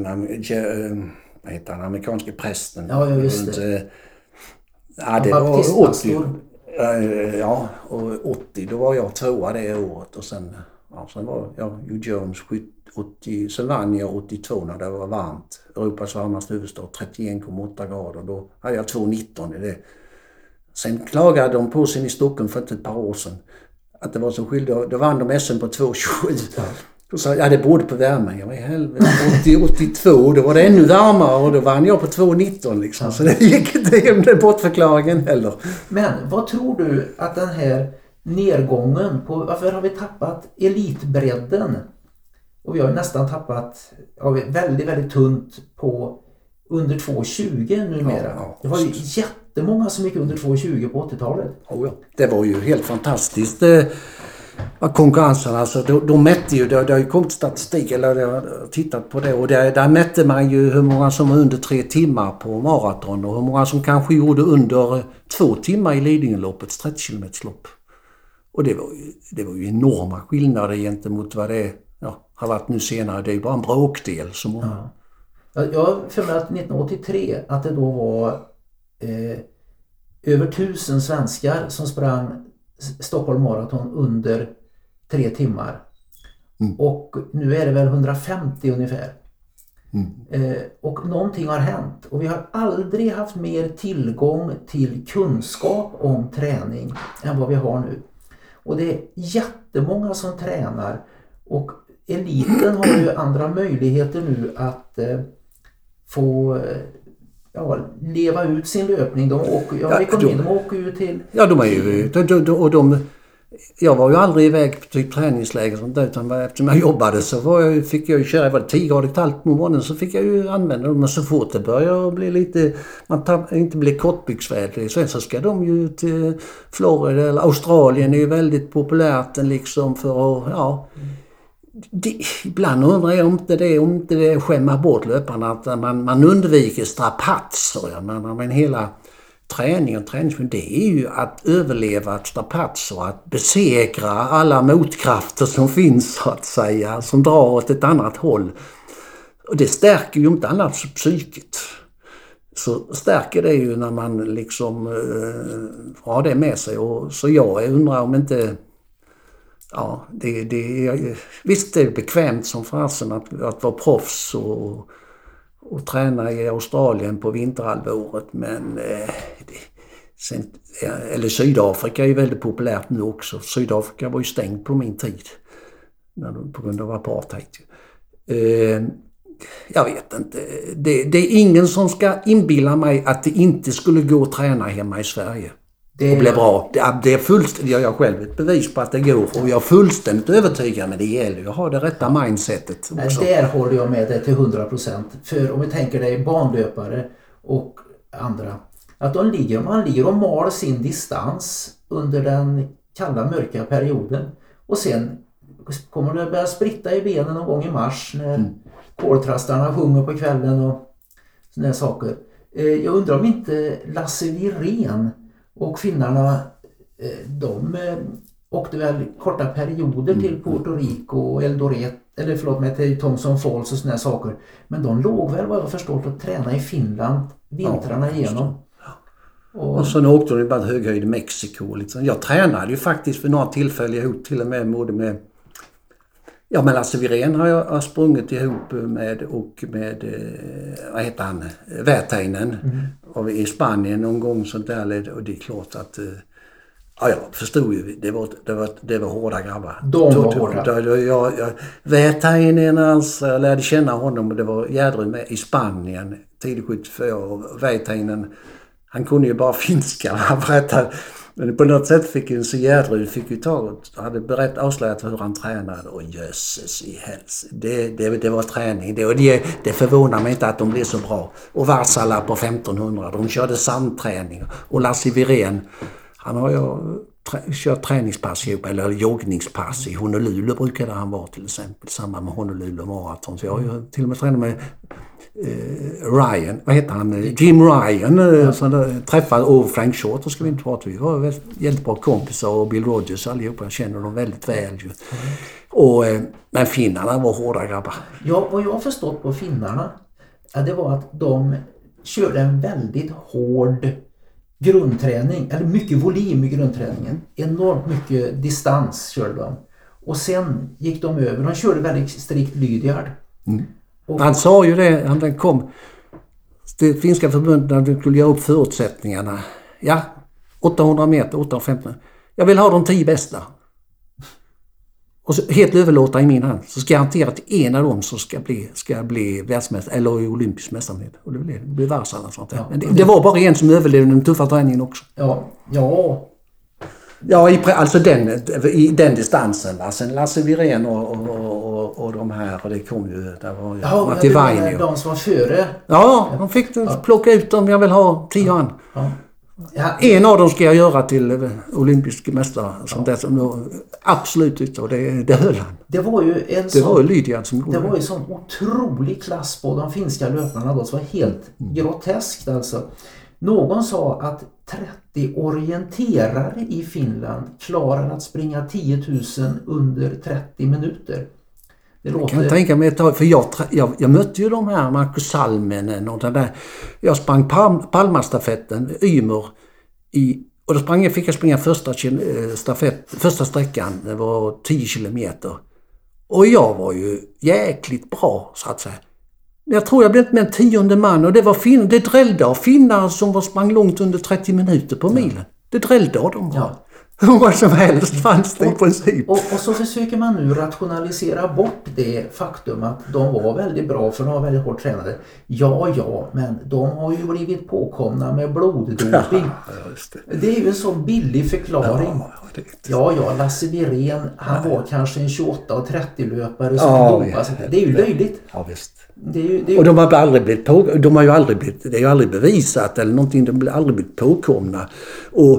S2: den amerikanske prästen?
S1: Ja, just det.
S2: Det var 80. Ja, och 80 då var jag tvåa det året. Och sen var jag Hugh Jones 80, sen vann jag 82 när det var varmt. Europas varmaste huvudstad, 31,8 grader. Då hade jag 2,19 i det. Sen klagade de på sig i Stockholm för ett par år sedan. Att det var så skillnad. Då vann de SM på 2,27. Då sa jag, det berodde på värmen. Jag var i helvete. 82, då var det ännu varmare och då vann jag på 2,19 liksom. Så det gick inte hem den bortförklaringen heller.
S1: Men vad tror du att den här nedgången på, varför har vi tappat elitbredden? Och vi har nästan tappat väldigt, väldigt tunt på under 2,20 numera. Det var ju jättemånga som gick under 2,20 på 80-talet.
S2: Det var ju helt fantastiskt. Konkurrensen, alltså, de mätte ju, det har ju kommit statistik, eller jag har tittat på det. Och där mätte man ju hur många som var under 3 timmar på maraton och hur många som kanske gjorde under 2 timmar i Lidingöloppets 30 km-lopp. Och det var ju enorma skillnader gentemot vad det har varit nu senare. Det är ju bara en bråkdel.
S1: Jag för mig att 1983 att det då var över 1000 svenskar som sprang Stockholm Marathon under 3 timmar. Och nu är det väl 150 ungefär. Och någonting har hänt. Och vi har aldrig haft mer tillgång till kunskap om träning än vad vi har nu. Och det är jättemånga som tränar. Och eliten har ju andra möjligheter nu att få leva ut sin löpning. De åker ju till...
S2: Ja, de är ju... Jag var ju aldrig iväg på typ träningsläger sånt där, utan eftersom jag jobbade så fick jag ju köra, var det 10 grader kallt på morgonen så fick jag ju använda dem. Men så fort det börjar bli lite, inte bli kortbyxväder så ska de ju till Florida eller Australien är ju väldigt populärt liksom för att Ibland undrar jag om inte det skämmer bort löparna att man undviker strapatser. Jag menar, men hela träning och träningsmiljö, det är ju att överleva strapatser, att besegra alla motkrafter som finns så att säga, som drar åt ett annat håll. Och det stärker ju inte annars psyket. Så stärker det ju när man liksom har det med sig. Och så jag undrar om inte... Ja, visst är det bekvämt som fasen att vara proffs och träna i Australien på vinterhalvåret, men eller Sydafrika är ju väldigt populärt nu också. Sydafrika var ju stängt på min tid på grund av apartheid. Jag vet inte. Det är ingen som ska inbilla mig att det inte skulle gå att träna hemma i Sverige. Det blir bra. Det är fullständigt, jag själv ett bevis på att det går, och jag är fullständigt övertygad, men det gäller ju att ha det rätta mindsetet också.
S1: Där håller jag med dig till 100%. För om vi tänker dig banlöpare och andra, att man ligger och mal sin distans under den kalla mörka perioden, och sen kommer det börja spritta i benen någon gång i mars när koltrastarna sjunger på kvällen och sådana saker. Jag undrar om inte Lasse Wirén och finnarna, de åkte väl korta perioder till Puerto Rico och Eldoret, eller förlåt mig, till Thompson Falls och sådana saker. Men de låg väl, vad jag förstått, att träna i Finland vintrarna igenom.
S2: Och sen åkte de bara höghöjd i Mexiko. Liksom. Jag tränade ju faktiskt för några tillfällen ihop, till och med med Lasse Wirén har jag sprungit ihop med vad heter han, Väärtäinen i Spanien någon gång sånt där, och det är klart att jag förstod ju, det var hårda grabbar.
S1: De var hårda.
S2: Väärtäinen, alltså, jag lärde känna honom, och det var Jädrud med i Spanien tidigt 74, och Väärtäinen, han kunde ju bara finska, han berättade. Men på något sätt fick ju Jädrud hade avslöjat hur han tränade, och jösses i hälsa. Det var träning. Det förvånar mig inte att de blev så bra. Och Varsala på 1500, de körde samträning. Och Lasse Wirén, han har ju kört träningspass ihop, eller joggningspass i Honolulu brukade han vara till exempel, samma med Honolulu Marathon. Så jag har ju till och med tränat med Ryan, vad heter han? Jim Ryan, som träffade, och Frank Short, och ska vi inte prata. Vi var väldigt jättebra kompisar, och Bill Rogers allihopa, jag känner dem väldigt väl ju. Men finnarna var hårda grabbar.
S1: Ja, vad jag har förstått på finnarna, det var att de körde en väldigt hård grundträning, eller mycket volym i grundträningen. Enormt mycket distans körde de. Och sen gick de över, de körde väldigt strikt Lydiard.
S2: Han sa ju det, han kom det finska förbundet när de skulle göra upp förutsättningarna. Ja, 800 meter, 850. Jag vill ha de 10 bästa. Och så helt överlåta i min hand. Så ska jag garantera att en av dem som ska bli världsmästare eller olympisk mästarmästare. Och det blir Varsala och sånt där. Men det var bara en som överlevde den tuffa träningen också. Ja, alltså i den distansen. Va? Sen Lasse Wirén och de här, och det kom ju, där var ju Matti Vainio.
S1: De som var före.
S2: Ja, de fick plocka ut dem, jag vill ha 10 an. Ja. En av dem ska jag göra till olympisk mästare, som det som absolut ut, och det höll han.
S1: Det var ju
S2: Lydiard som gjorde
S1: det. var ju sån otrolig klass på de finska löparna då, som var helt groteskt alltså. Någon sa att 30 orienterare i Finland klarar att springa 10 000 under 30 minuter.
S2: Jag kan tänka mig ett tag, för jag mötte ju de här, Marcus Salminen och den där. Jag sprang Palmastafetten, Ymer, och då fick jag springa första sträckan, det var 10 kilometer. Och jag var ju jäkligt bra, så att säga. Jag tror jag blev med en 10:e man, och det var det drällde av finnar som sprang långt under 30 minuter på milen. Det drällde av dem. Ja. Vad som helst fanns det i princip.
S1: Och så försöker man nu rationalisera bort det faktum att de var väldigt bra, för de var väldigt hårt tränade. Ja, men de har ju blivit påkomna med bloddoping. Det är ju en så billig förklaring. Ja, Lasse Wirén, han var kanske en 28 och 30 löpare som dopade sig. Det är ju löjligt. Ja, visst.
S2: Och de har ju aldrig bevisat eller någonting, de har aldrig blivit påkomna. Och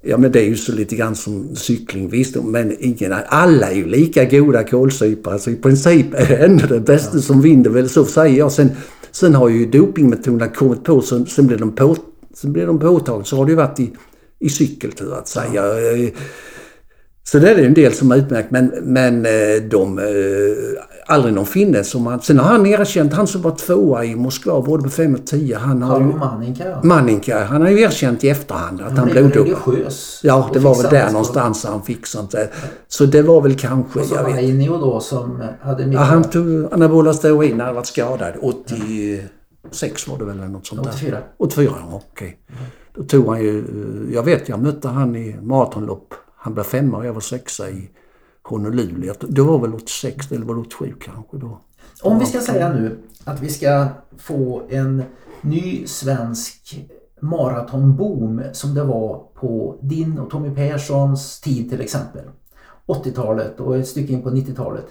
S2: Ja, men det är ju så lite grann som cykling, visst, men alla är ju lika goda kålsupare. Alltså i princip är det ändå det bästa som vinner, väl så säger jag. Sen har ju dopingmetoderna kommit på, sen blir de påtagna. Så har det ju varit i cykeltur att säga. Så det är det en del som är utmärkt, men aldrig någon finne som han. Sen har han erkänt, han som var 2 i Moskva både på 5 och 10. Manninka. Han har ju erkänt i efterhand att han blev
S1: religiös.
S2: Ja, det var väl där någonstans han fick sånt där. Så det var väl kanske...
S1: Och så var det Inio då som hade...
S2: Ja, han tog anabola steroid när han varit skadad. 86 var det väl något sånt där. 84, ja, okej. Då tog han ju... Jag mötte han i maratonlopp. Han blev 5 och jag var 6 i Honolulu. Det var väl 86 eller var det 87 kanske då.
S1: Om vi ska säga nu att vi ska få en ny svensk maratonboom som det var på din och Tommy Perssons tid till exempel. 80-talet och ett stycke in på 90-talet.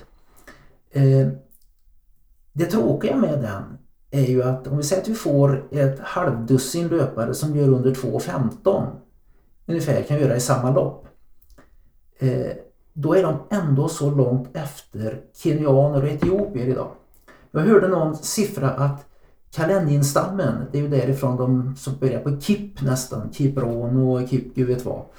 S1: Det tråkiga med den är ju att om vi säger att vi får ett halvdussin löpare som gör under 2,15 ungefär kan göra i samma lopp. Då är de ändå så långt efter kenyaner och etiopier idag. Jag hörde någon siffra att Kalenjin-stammen, det är ju därifrån de som börjar på Kip nästan, Kipron och Kip gud vet vad.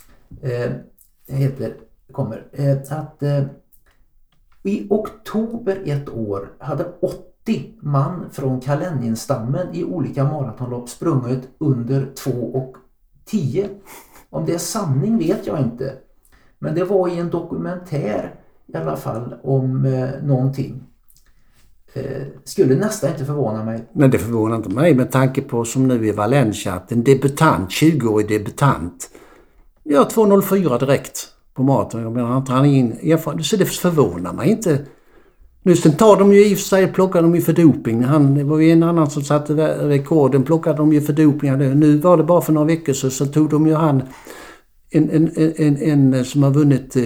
S1: Att i oktober ett år hade 80 man från Kalenjin-stammen i olika maratonlopp sprungit under 2:10. Om det är sanning vet jag inte. Men det var i en dokumentär i alla fall om någonting. Skulle nästan inte förvåna mig.
S2: Nej, det förvånar inte mig med tanke på som nu i Valencia att en debutant, 20-årig debutant, gör 2:04 direkt på maraton. Jag menar, han tränar in erfarenhet. Så det förvånar mig inte. Nu sen tar de ju i och för sig, plockar de ju för doping. Det var ju en annan som satte rekorden, plockade de ju för doping. Nu var det bara för några veckor så tog de ju han en som har vunnit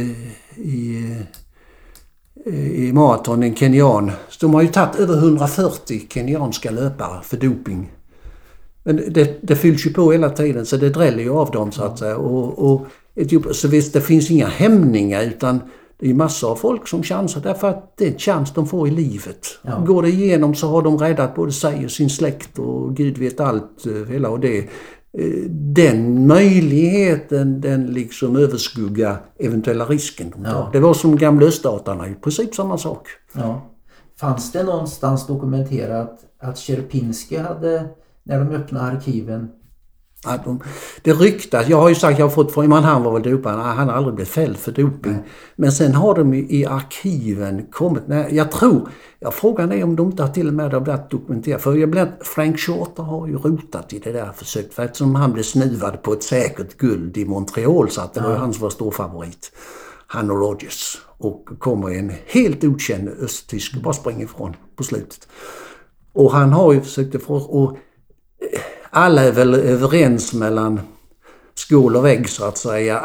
S2: i maraton, en kenyan. Så de har ju tagit över 140 kenyanska löpare för doping. Men det fylls ju på hela tiden så det dräller ju av dem så att säga. Så visst, det finns inga hämningar utan det är massor av folk som chansar därför att det är en chans de får i livet. Ja. Går det igenom så har de räddat både sig och sin släkt och Gud vet allt hela och det. Den möjligheten den liksom överskuggar eventuella risken de tar. Ja. Det var som gamla öststaterna, i princip samma sak. Ja.
S1: Fanns det någonstans dokumenterat att Sierpinski hade, när de öppnade arkiven?
S2: Det ryktas, jag har ju sagt, jag har fått från han var väl dopad, han har aldrig blivit fälld för doping. Nej. Men sen har de i arkiven kommit, frågan är om de inte har till och med har blivit dokumenterat. För Frank Shorter har ju rotat i det där försökt, för eftersom han blev snuvad på ett säkert guld i Montreal så att det var ju han som var stor favorit. Han och Rogers. Och kommer en helt okänd östtysk och bara springer ifrån på slutet. Och han har ju försökt och alla är väl överens mellan skål och vägg så att säga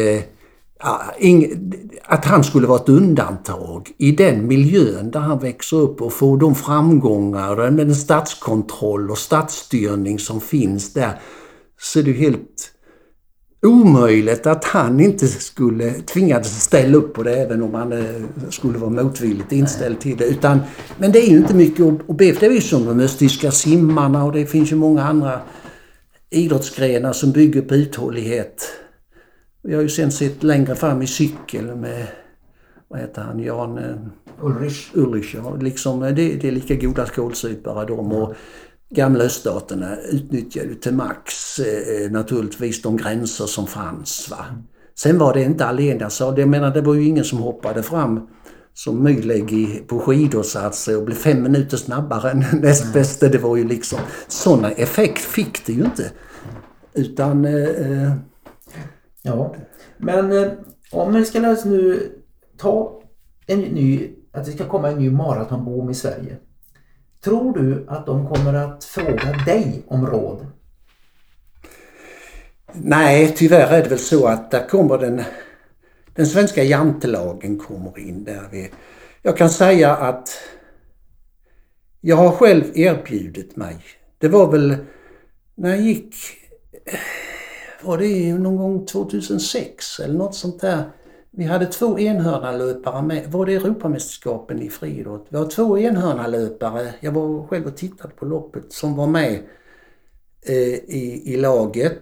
S2: att han skulle vara ett undantag i den miljön där han växer upp och får de framgångar med den statskontroll och statsstyrning som finns där, så är det helt omöjligt att han inte skulle tvingades ställa upp på det även om han skulle vara motvilligt inställd till det. Men det är ju inte mycket att be. Det är ju som de östtyska simmarna och det finns ju många andra idrottsgrenar som bygger på uthållighet. Vi har ju sen sett längre fram i cykel med, vad heter han, Jan Ulrich. Ja, liksom, det är lika goda skålsupare de och gamla öststaterna utnyttjade ju till max naturligtvis de gränser som fanns. Va? Sen var det inte alena så det var ju ingen som hoppade fram som Myleg på skidor så att säga och blev 5 minuter snabbare än näst bästa. Det var ju liksom sådana effekt fick det ju inte. Utan
S1: ja, men om vi ska nu ta att det ska komma en ny maratonboom i Sverige. Tror du att de kommer att fråga dig om råd?
S2: Nej, tyvärr är det väl så att där kommer den svenska jantelagen kommer in där. Jag kan säga att jag har själv erbjudit mig. Det var väl när jag gick var det någon gång 2006 eller något sånt där. Vi hade 2 enhörnalöpare med. Var det Europamästerskapen i friidrott? Vi har 2 enhörnalöpare. Jag var själv och tittade på loppet som var med i laget.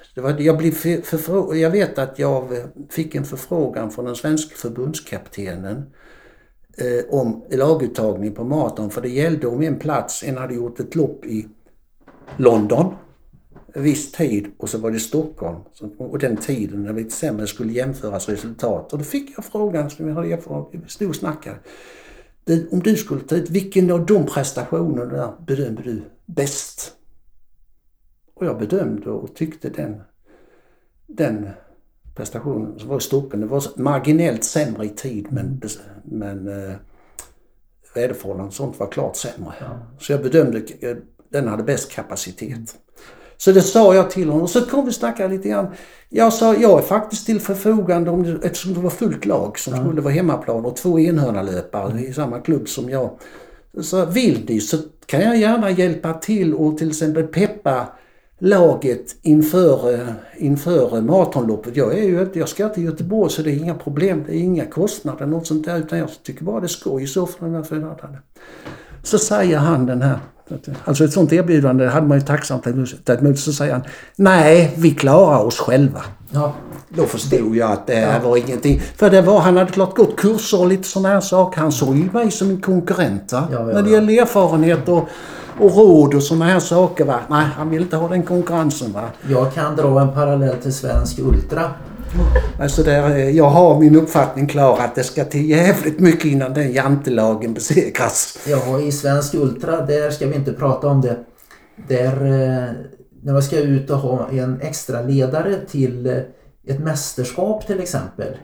S2: Jag vet att jag fick en förfrågan från den svenska förbundskaptenen om laguttagning på maraton. För det gällde om en plats. En hade gjort ett lopp i London viss tid och så var det Stockholm. Och den tiden när vi sämre skulle jämföras resultat. Och då fick jag frågan som jag stod och snackade. Om du skulle ta ut vilken av de prestationerna bedömde du bäst? Och jag bedömde och tyckte den prestationen som var i Stockholm, det var marginellt sämre i tid men väderförhållanden och sånt var klart sämre. Ja. Så jag bedömde den hade bäst kapacitet. Så det sa jag till honom och så kom vi snacka lite grann. Jag sa jag är faktiskt till förfogande eftersom det var fullt lag som skulle vara hemmaplan och 2 enhörnalöpare i samma klubb som jag. Så vill ni så kan jag gärna hjälpa till och till exempel peppa laget inför maratonloppet. Jag ska till Göteborg så det är inga problem, det är inga kostnader något sånt där utan jag tycker bara det är skoj så för så säger han den här, alltså ett sånt erbjudande hade man ju tacksamt tagit emot, så säger han nej, vi klarar oss själva. Ja. Då förstod jag att det var ingenting. För han hade klart gått kurser och lite sådana här saker. Han såg ju mig som en konkurrent när det gäller erfarenhet och råd och sådana här saker. Va? Nej, han vill inte ha den konkurrensen. Va?
S1: Jag kan dra en parallell till svensk ultra.
S2: Alltså jag har min uppfattning klar att det ska till jävligt mycket innan den jantelagen besegras.
S1: Ja, i svensk ultra, där ska vi inte prata om det. Där, när man ska ut och ha en extra ledare till ett mästerskap till exempel.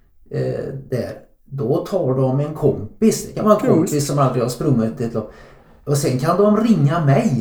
S1: Då tar de en kompis. Det kan vara en kompis som aldrig har sprungit ett lopp. Och sen kan de ringa mig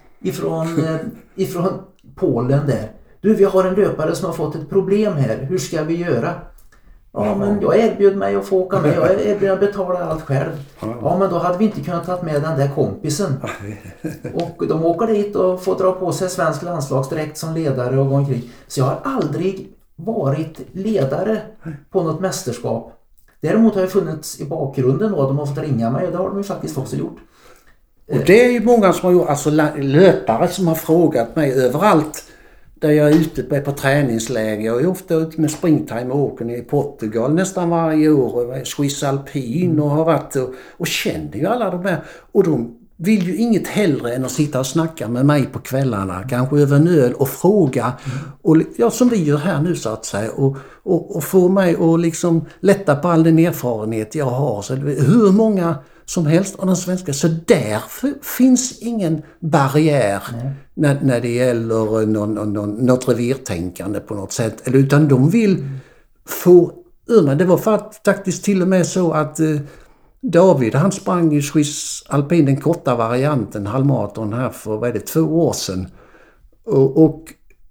S1: ifrån Polen där. Du, vi har en löpare som har fått ett problem här. Hur ska vi göra? Ja, men jag erbjöd mig att få åka med. Jag erbjöd att betala allt själv. Ja, men då hade vi inte kunnat ta med den där kompisen. Och de åker dit och får dra på sig svensk landslagsdräkt som ledare och gå omkring. Så jag har aldrig varit ledare på något mästerskap. Däremot har jag funnits i bakgrunden och de har fått ringa mig och det har de ju faktiskt också gjort.
S2: Och det är ju många som har gjort, alltså löpare som har frågat mig överallt där jag är ute på träningsläger. Jag är ofta ute med springtime och åker ner i Portugal nästan varje år. Swiss Alpin och har varit och känner ju alla de här. Och de vill ju inget hellre än att sitta och snacka med mig på kvällarna. Kanske över en öl och fråga. Och, som vi gör här nu så att säga. Och få mig att liksom lätta på all den erfarenhet jag har. Så hur många som helst av den svenska. Så därför finns ingen barriär när det gäller något revirtänkande på något sätt. Utan de vill få ur. Det var faktiskt till och med så att David han sprang i Swiss Alpin den korta varianten halvmaraton här för 2 år sedan. Och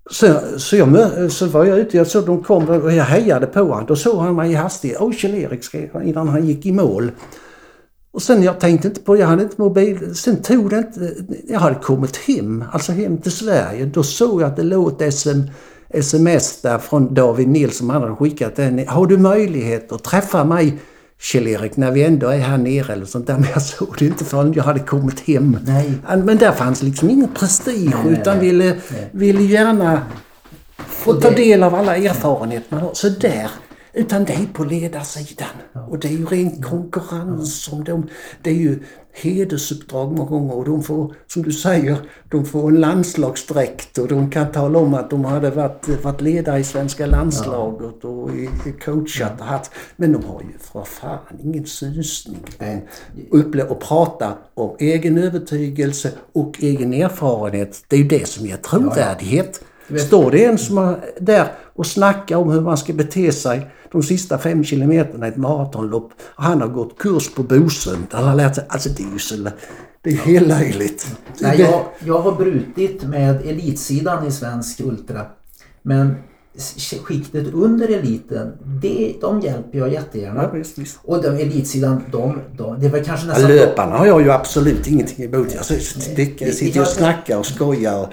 S2: så var jag ute, jag såg de kom och jag hejade på honom. Då såg han mig i hastighet. Kjell-Erik skrev innan han gick i mål. Och sen jag tänkte inte på, jag hade inte mobil. Sen tog det inte, jag hade kommit hem, alltså hem till Sverige. Då såg jag att det låg ett sms där från David Nilsson som han hade skickat den. Har du möjlighet att träffa mig, Kjell-Erik, när vi ändå är här nere eller sånt där? Men jag såg det inte förrän jag hade kommit hem. Nej. Men där fanns liksom ingen prestige utan ville gärna få ta del av alla erfarenheter man har. Så där. Utan det är på ledarsidan. Och det är ju ren konkurrens som det är ju hedersuppdrag många gånger och de får, som du säger, de får en landslagsdräkt och de kan tala om att de hade varit ledare i svenska landslaget och coachat och haft. Men de har ju för fan ingen susning och prata om egen övertygelse och egen erfarenhet. Det är ju det som ger trovärdighet. Står det en som är där och snackar om hur man ska bete sig de sista 5 kilometerna i ett maratonlopp och han har gått kurs på Bosund. Han har lärt sig, alltså det är helt löjligt.
S1: Jag har brutit med elitsidan i svensk ultra. Men skiktet under eliten, de hjälper jag jättegärna.
S2: Ja, visst.
S1: Och den elitsidan, det var kanske nästan...
S2: Löparna har jag ju absolut ingenting emot. Jag sitter och snackar och skojar.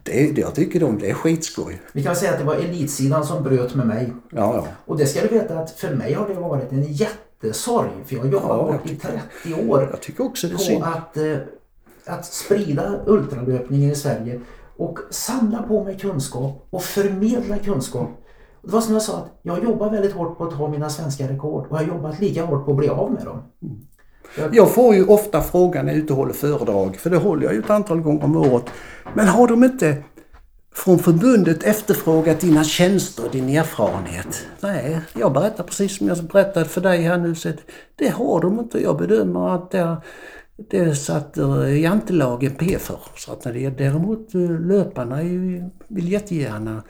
S2: Jag tycker det är skitskoj.
S1: Vi kan säga att det var elitsidan som bröt med mig.
S2: Ja.
S1: Och det ska du veta att för mig har det varit en jättesorg. För jag har jobbat i 30 år
S2: jag tycker också det är
S1: på
S2: synd.
S1: att sprida ultralöpningen i Sverige. Och samla på mig kunskap och förmedla kunskap. Det var som jag sa, att jag jobbar väldigt hårt på att ta mina svenska rekord. Och jag har jobbat lika hårt på att bli av med dem.
S2: Jag får ju ofta frågan när jag är ute och håller föredrag, för det håller jag ju ett antal gånger om året. Men har de inte från förbundet efterfrågat dina tjänster och din erfarenhet? Nej, jag berättar precis som jag berättade för dig här nu. Så det har de inte. Jag bedömer att det satt jantelagen P för. Så att när det är däremot löparna vill jättegärna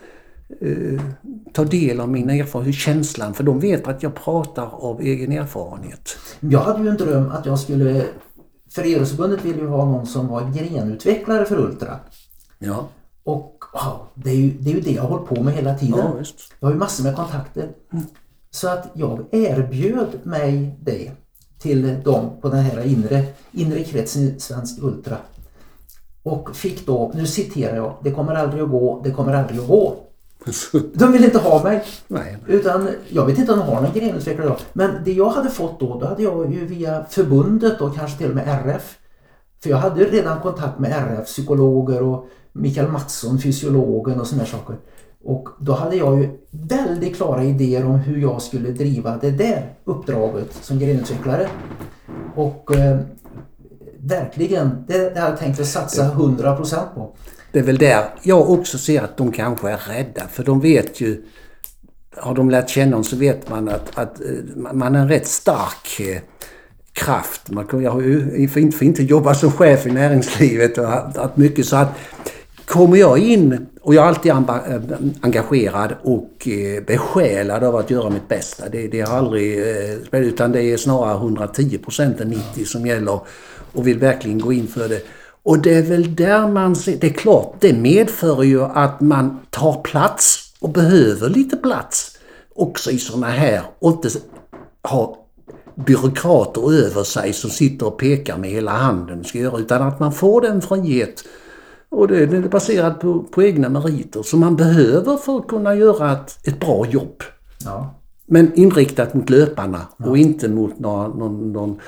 S2: ta del av min erfarenhet, känslan, för de vet att jag pratar av egen erfarenhet.
S1: Jag hade ju en dröm att jag skulle, för Idrottsförbundet ville ju ha någon som var grenutvecklare för ultra.
S2: Ja.
S1: Och det är ju det jag har hållit på med hela tiden.
S2: Ja, just.
S1: Jag har ju massor med kontakter. Så att jag erbjöd mig det till dem på den här inre kretsen i svensk ultra. Och fick då, nu citerar jag, det kommer aldrig att gå, det kommer aldrig att gå. De vill inte ha mig.
S2: Nej.
S1: Utan jag vet inte om de har någon grenutvecklare då. Men det jag hade fått då hade jag ju via förbundet och kanske till och med RF. För jag hade ju redan kontakt med RF, psykologer och Mikael Mattsson, fysiologen och såna här saker. Och då hade jag ju väldigt klara idéer om hur jag skulle driva det där uppdraget som grenutvecklare. Och verkligen, det hade jag tänkt att satsa 100% på.
S2: Det är väl där jag också ser att de kanske är rädda. För de vet ju, har de lärt känna dem så vet man att man är en rätt stark kraft. Jag har ju inte jobbat som chef i näringslivet och att mycket så att kommer jag in och jag är alltid engagerad och besjälad av att göra mitt bästa. Det har aldrig utan det är snarare 110% än 90% som gäller och vill verkligen gå in för det. Och det är väl där man ser, det är klart, det medför ju att man tar plats och behöver lite plats också i sådana här och inte ha byråkrater över sig som sitter och pekar med hela handen ska göra, utan att man får den frihet och det är baserat på egna meriter som man behöver för att kunna göra ett bra jobb. Ja. Men inriktat mot löparna och inte mot någon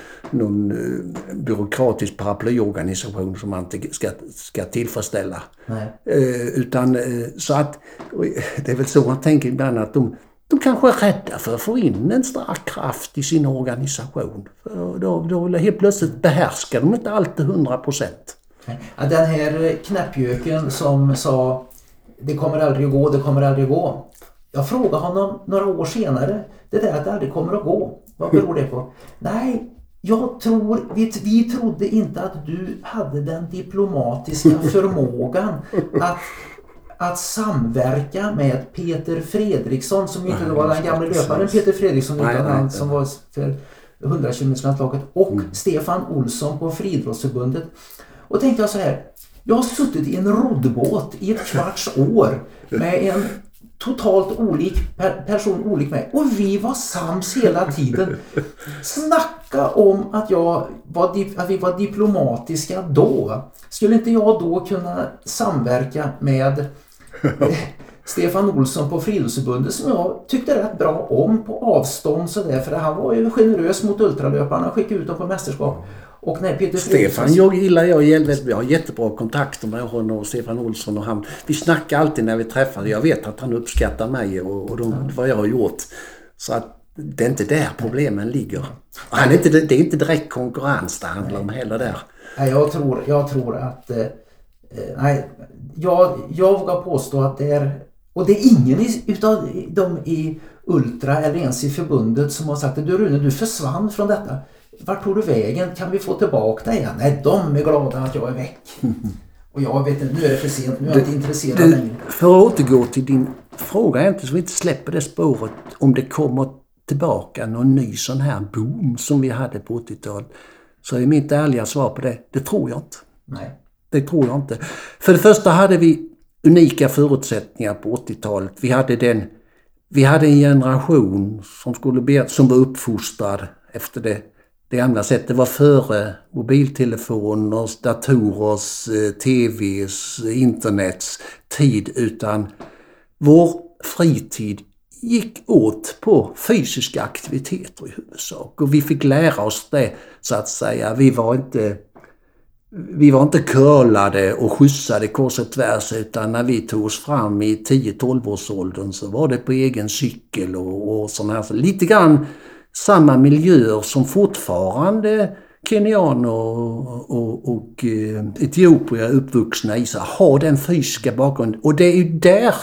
S2: byråkratisk paraplyorganisation som man inte ska tillfredsställa. Nej. Utan så att det är väl så man tänker ibland att de kanske är rädda för att få in en stark kraft i sin organisation. Då helt plötsligt behärskar de inte alltid 100%.
S1: Ja, den här knäppjöken som sa det kommer aldrig att gå, det kommer aldrig att gå. Jag frågade honom några år senare, det där att det aldrig kommer att gå, vad beror det på? Nej, vi trodde inte att du hade den diplomatiska förmågan att samverka med Peter Fredriksson, som inte var den gamla löparen Peter Fredriksson, utan han som var för 100 km-landslaget, och Stefan Olsson på Friidrottsförbundet. Och tänkte jag så här, jag har suttit i en roddbåt i ett kvarts år med en totalt olik person, olik mig. Och vi var sams hela tiden. Snacka om att vi var diplomatiska då. Skulle inte jag då kunna samverka med Stefan Olsson på Friidrottsförbundet, som jag tyckte rätt bra om på avstånd så där, för han var ju generös mot ultralöparna och skickade ut dem på mästerskap. Och när Peter
S2: Stefan jag har jättebra kontakter med honom och Stefan Olsson och vi snackar alltid när vi träffas. Jag vet att han uppskattar mig och vad jag har gjort. Så att det är inte där problemen ligger. Det är inte direkt konkurrens det handlar om heller där.
S1: Nej, jag tror att jag vågar påstå att det är, och det är ingen utav dem i Ultra eller ens i förbundet som har sagt att du Rune, du försvann från detta. Vart tog du vägen? Kan vi få tillbaka dig igen? Nej, de är glada att jag är väck. Och jag vet inte, nu är det för sent. Nu är jag inte intresserad längre.
S2: För att återgå till din fråga egentligen, så vi inte släpper det spåret, om det kommer tillbaka någon ny sån här boom som vi hade på 80-talet, så är mitt ärliga svar på det. Det tror jag inte.
S1: Nej.
S2: Det tror jag inte. För det första hade vi unika förutsättningar på 80-talet. Vi hade en generation som var uppfostrad efter det gamla sättet. Det var före mobiltelefoners, datorers, tvs, internets tid, utan vår fritid gick åt på fysiska aktiviteter i huvudsak. Och vi fick lära oss det, så att säga. Vi var inte curlade och skjutsade kors och tvärs, utan när vi tog oss fram i 10-12 årsåldern så var det på egen cykel och sådana här. Så lite grann samma miljöer som fortfarande kenyaner och etiopier uppvuxna i, så har den fysiska bakgrunden. Och det är ju där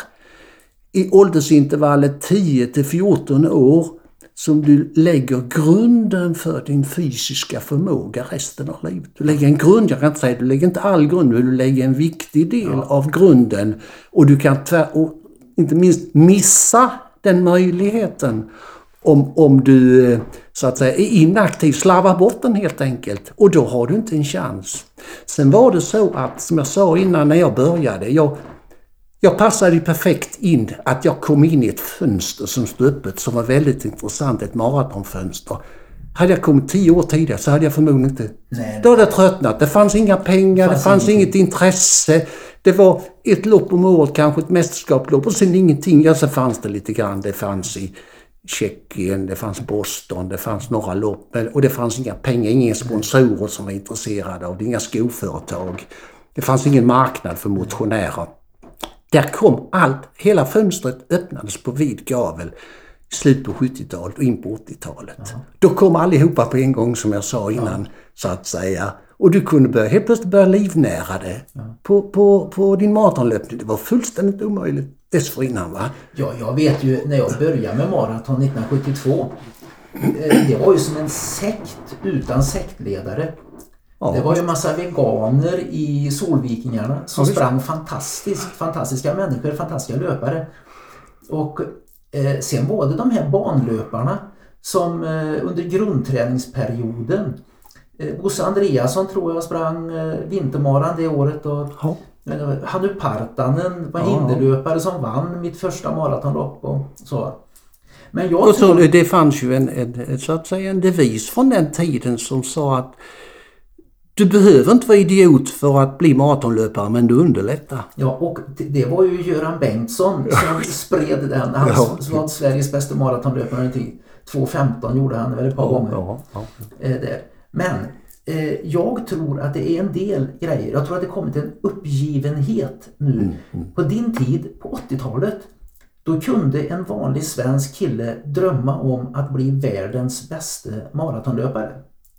S2: i åldersintervallet 10-14 år som du lägger grunden för din fysiska förmåga resten av livet. Du lägger en grund, jag kan inte säga du lägger inte all grund, men du lägger en viktig del av grunden. Och du kan inte minst missa den möjligheten om du så att säga är inaktiv, slarvar bort den helt enkelt. Och då har du inte en chans. Sen var det så att, som jag sa innan när jag började, jag passade perfekt in att jag kom in i ett fönster som stod öppet som var väldigt intressant, ett maratonfönster. Hade jag kommit 10 år tidigare så hade jag förmodligen inte... Nej. Då hade jag tröttnat. Det fanns inga pengar, det fanns inget intresse. Det var ett lopp om året, kanske ett mästerskapslopp, och sen ingenting. Ja, så fanns det lite grann. Det fanns i Tjeckien, det fanns Boston, det fanns några lopp. Och det fanns inga pengar, inga sponsorer som var intresserade av det, inga skoföretag. Det fanns ingen marknad för motionärer. Där kom hela fönstret öppnades på vid gavel i slutet på 70-talet och in på 80-talet. Ja. Då kom allihopa på en gång, som jag sa innan, så att säga. Och du kunde helt plötsligt börja livnära det på din maratonlöpning. Det var fullständigt omöjligt dessförinnan, va?
S1: Ja, jag vet ju när jag började med maraton 1972. Det var ju som en sekt utan sektledare. Ja. Det var ju en massa veganer i Solvikingarna som sprang fantastiska människor, fantastiska löpare. Och sen var det de här banlöparna som under grundträningsperioden, Bosse Andreasson tror jag sprang vintermaran det året, och Hannu Partanen var hinderlöpare som vann mitt första maratonlopp och så. Men jag tror...
S2: Det fanns ju så att säga en devis från den tiden som sa att du behöver inte vara idiot för att bli maratonlöpare, men du underlättar.
S1: Ja, och det var ju Göran Bengtsson som spred den. Han var Sveriges bästa maratonlöpare till 2.15 gjorde han väl ett par gånger. Där. Men jag tror att det är en del grejer. Jag tror att det kommit en uppgivenhet nu. På din tid, på 80-talet, då kunde en vanlig svensk kille drömma om att bli världens bästa maratonlöpare.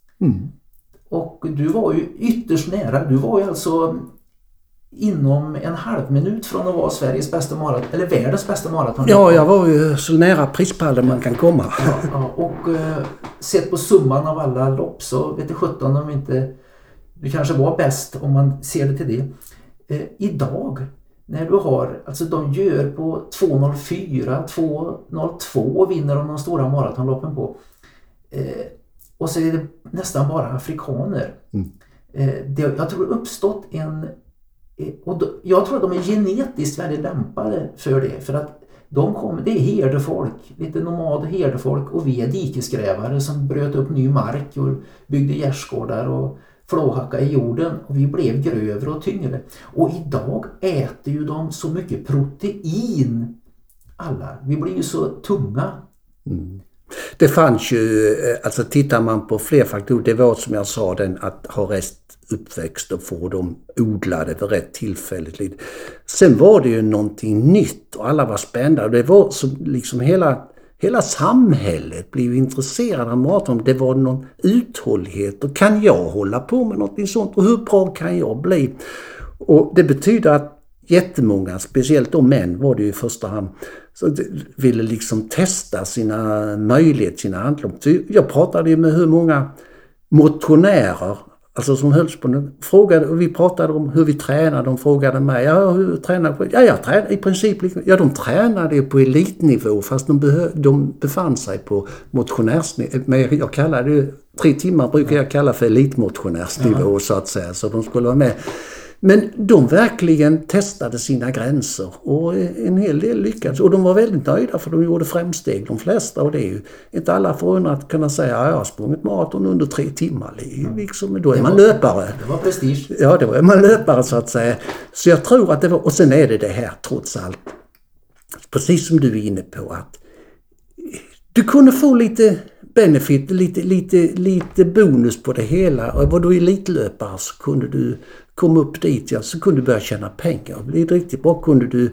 S1: Och du var ju ytterst nära. Du var ju alltså inom en halv minut från att vara Sveriges bästa maraton, eller världens bästa maraton.
S2: Ja, jag var ju så nära prispallen man kan komma.
S1: Ja, och sett på summan av alla lopp så vet du 17 om inte du kanske var bäst om man ser det till det. Idag när du har, alltså de gör på 2.04, 2.02 vinner de stora maratonloppen på. Och så är det nästan bara afrikaner. Jag tror det uppstått jag tror att de är genetiskt väldigt lämpade för det. För att det är herdefolk, lite nomad herdefolk, och vi är dikesgrävare som bröt upp ny mark och byggde gärdsgårdar och flåhacka i jorden, och vi blev grövre och tyngre. Och idag äter ju de så mycket protein alla. Vi blir ju så tunga.
S2: Det fanns ju, alltså tittar man på fler faktorer, det var som jag sa den att ha rätt uppväxt och få dem odlade för rätt tillfälligt. Sen var det ju någonting nytt och alla var spända, och det var så liksom hela samhället blev intresserad av maraton. Det var någon uthållighet, och kan jag hålla på med någonting sånt, och hur bra kan jag bli? Och det betyder att jättemånga, speciellt de män var det ju i första hand, så ville liksom testa sina möjligheter, sina handlopp. Jag pratade ju med hur många motionärer, alltså som hölls på den, frågade, och vi pratade om hur vi tränade. De frågade mig, hur tränar du? Jag tränar i princip, de tränade ju på elitnivå, fast de befann sig på motionärsnivå. Men jag kallade det 3 timmar brukar jag kalla för elitmotionärsnivå, så att säga, så de skulle vara med. Men de verkligen testade sina gränser och en hel del lyckades. Och de var väldigt nöjda för de gjorde framsteg, de flesta. Och det är ju inte alla förunnat att kunna säga att jag har sprungit maraton under 3 timmar. Liksom, då är man löpare.
S1: Det var prestige.
S2: Ja, då är man löpare så att säga. Så jag tror att det var, och sen är det här trots allt. Precis som du är inne på att du kunde få lite benefit, lite bonus på det hela. Och var du elitlöpare så kunde du komma upp dit, ja, så kunde du börja tjäna pengar. Och blir det riktigt bra kunde du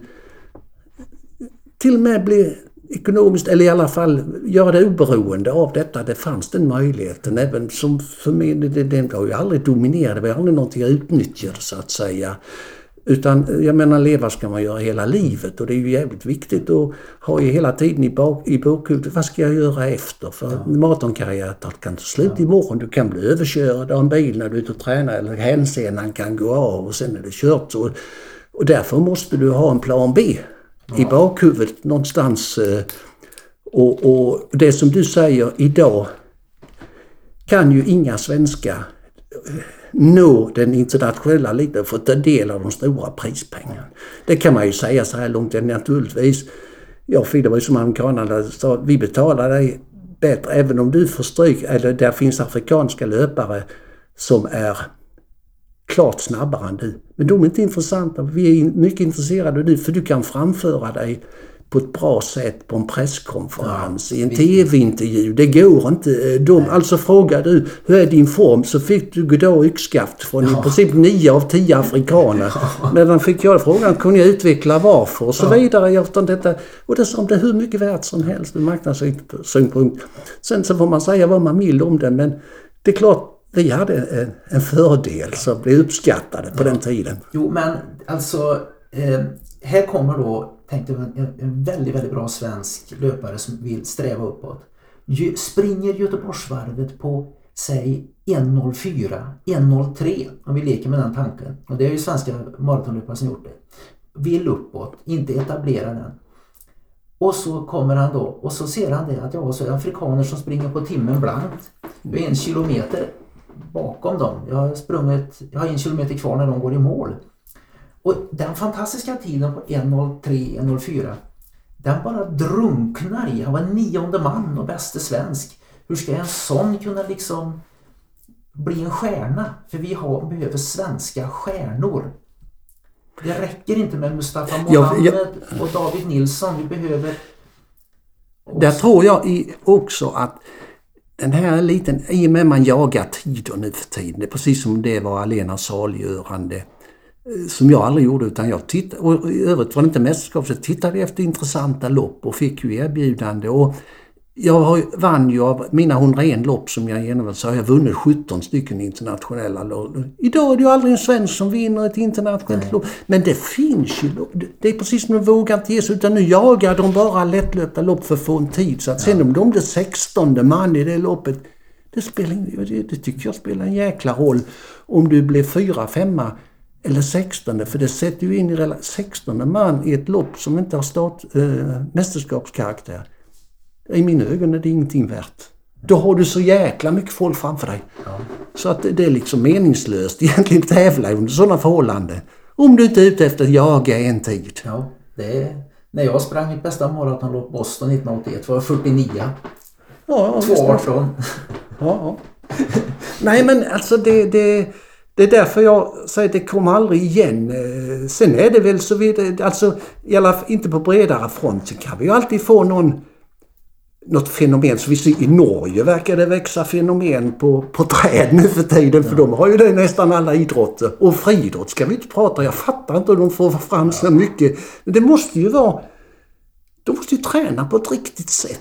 S2: till och med bli ekonomiskt, eller i alla fall göra det oberoende av detta. Det fanns den möjligheten. Även som för mig, det var ju aldrig dominerade, det var aldrig någonting jag utnyttjade så att säga. Utan jag menar, leva ska man göra hela livet och det är ju jävligt viktigt att ha ju hela tiden i bakhuvudet. Vad ska jag göra efter? För maratonkarriär kan ta slut imorgon. Du kan bli överkörd av en bil när du är ute och tränar eller hänsenan kan gå av och sen är det kört. Och därför måste du ha en plan B i bakhuvudet någonstans. Och det som du säger idag kan ju inga svenskar nå den internationella liten för att ta del av de stora prispengarna. Det kan man ju säga så här långt. Naturligtvis, det var ju som amerikanerna sa, vi betalar dig bättre även om du får stryk. Eller där finns afrikanska löpare som är klart snabbare än du. Men de är inte intressanta. Vi är mycket intresserade av dig för du kan framföra dig på ett bra sätt på en presskonferens, i en tv-intervju. Det går inte. Alltså frågar du, hur är din form? Så fick du goddag yxskaft från i princip 9 av 10 afrikaner. Medan fick jag frågan, kunde jag utveckla varför? Och så vidare. Utan detta. Och det är som det är hur mycket värt som helst ur marknadssynpunkt. Sen så får man säga vad man vill om det, men det är klart, vi hade en fördel som blev uppskattade på den tiden.
S1: Jo, men alltså här kommer då, tänkte jag, en väldigt, väldigt bra svensk löpare som vill sträva uppåt. Springer Göteborgsvarvet på, säg, 1.04, 1.03, om vi leker med den tanken. Och det är ju svenska maratonlöpare som gjort det. Vill uppåt, inte etablera den. Och så kommer han då, och så ser han det att så är afrikaner som springer på timmen blankt. Det är 1 kilometer bakom dem. Jag har 1 kilometer kvar när de går i mål. Och den fantastiska tiden på 1.03, 1.04, den bara drunknar i. Han var 9:e man och bäste svensk. Hur ska en sån kunna liksom bli en stjärna? För vi behöver svenska stjärnor. Det räcker inte med Mustafa Mohamed och David Nilsson. Vi behöver...
S2: Där tror jag också att den här liten, i och med man jagar tid och nu för tiden, det är precis som det var Alena saliggörande, som jag aldrig gjorde, utan jag tittade, och i övrigt var det inte mästerskap, så tittade efter intressanta lopp och fick ju erbjudande. Och jag vann ju av mina 101 lopp som jag genomfört, så har jag vunnit 17 stycken internationella lopp. Idag är det ju aldrig en svensk som vinner ett internationellt lopp, men det finns ju lopp. Det är precis som de vågar inte ge sig, utan nu jagar de bara lättlöpta lopp för att få en tid. Så att sen om de blir 16:e man i det loppet, det tycker jag spelar en jäkla roll om du blir 4, 5 eller 16, för det sätter ju in i 16:e man i ett lopp som inte har mästerskapskaraktär. I mina ögon är det ingenting värt. Då har du så jäkla mycket folk framför dig. Ja. Så att det är liksom meningslöst egentligen tävla under sådana förhållanden. Om du inte är ute efter att jaga en tid.
S1: Ja, när jag sprang mitt bästa maratonlopp Boston 1981 var jag 49.
S2: Ja,
S1: 2:18.
S2: Ja. Nej, men alltså det är därför jag säger att det kommer aldrig igen. Sen är det väl så vidare, alltså i alla fall inte på bredare front, så kan vi ju alltid få något fenomen. Så vi ser i Norge verkar det växa fenomen på träd nu för tiden, för de har ju det nästan alla idrotter. Och friidrott ska vi inte prata, jag fattar inte hur de får fram så mycket. Men det måste ju vara, de måste ju träna på ett riktigt sätt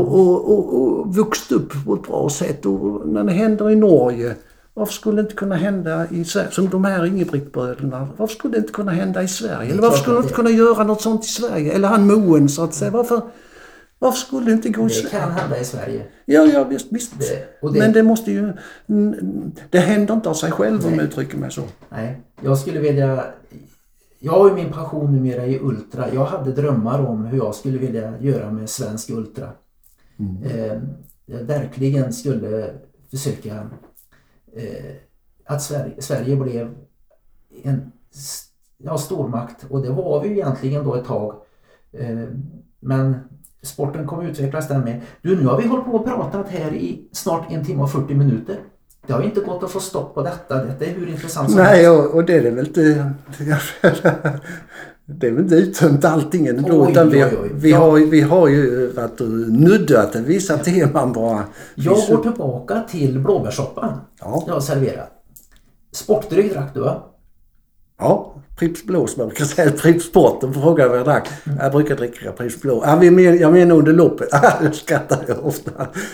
S2: och vuxit upp på ett bra sätt. Och när det händer i Norge, varför skulle det inte kunna hända i Sverige? Som de här Ingebrigtbröderna. Varför skulle det inte kunna hända i Sverige? Eller varför skulle det inte kunna göra något sånt i Sverige? Eller han Moen så att säga. Varför skulle det inte gå i Sverige?
S1: Det kan hända i Sverige.
S2: Ja, visst. Men det måste ju... Det händer inte av sig själv, om jag uttrycker mig så.
S1: Nej, jag skulle vilja... Jag har ju min passion numera i ultra. Jag hade drömmar om hur jag skulle vilja göra med svensk ultra. Jag verkligen skulle försöka att Sverige blev stormakt. Och det var vi ju egentligen då ett tag. Men sporten kommer utvecklas den med. Du, nu har vi hållit på och pratat här i snart 1 timme och 40 minuter. Det har inte gått att få stopp på detta. Detta är hur intressant som
S2: Nej, och det är väl inte... Det är väl inte uttömt allting ändå. Utan vi har ju varit nuddat vissa teman bara.
S1: Jag går tillbaka till blåbärssoppan.
S2: Ja.
S1: Jag har serverat. Sportdryck drack du, va?
S2: Ja, Pripps Blå som jag brukar säga. Pripps Sport, de frågar vad jag drack. Jag brukar dricka Pripps Blå. Jag menar under loppet. Det skrattar jag ofta.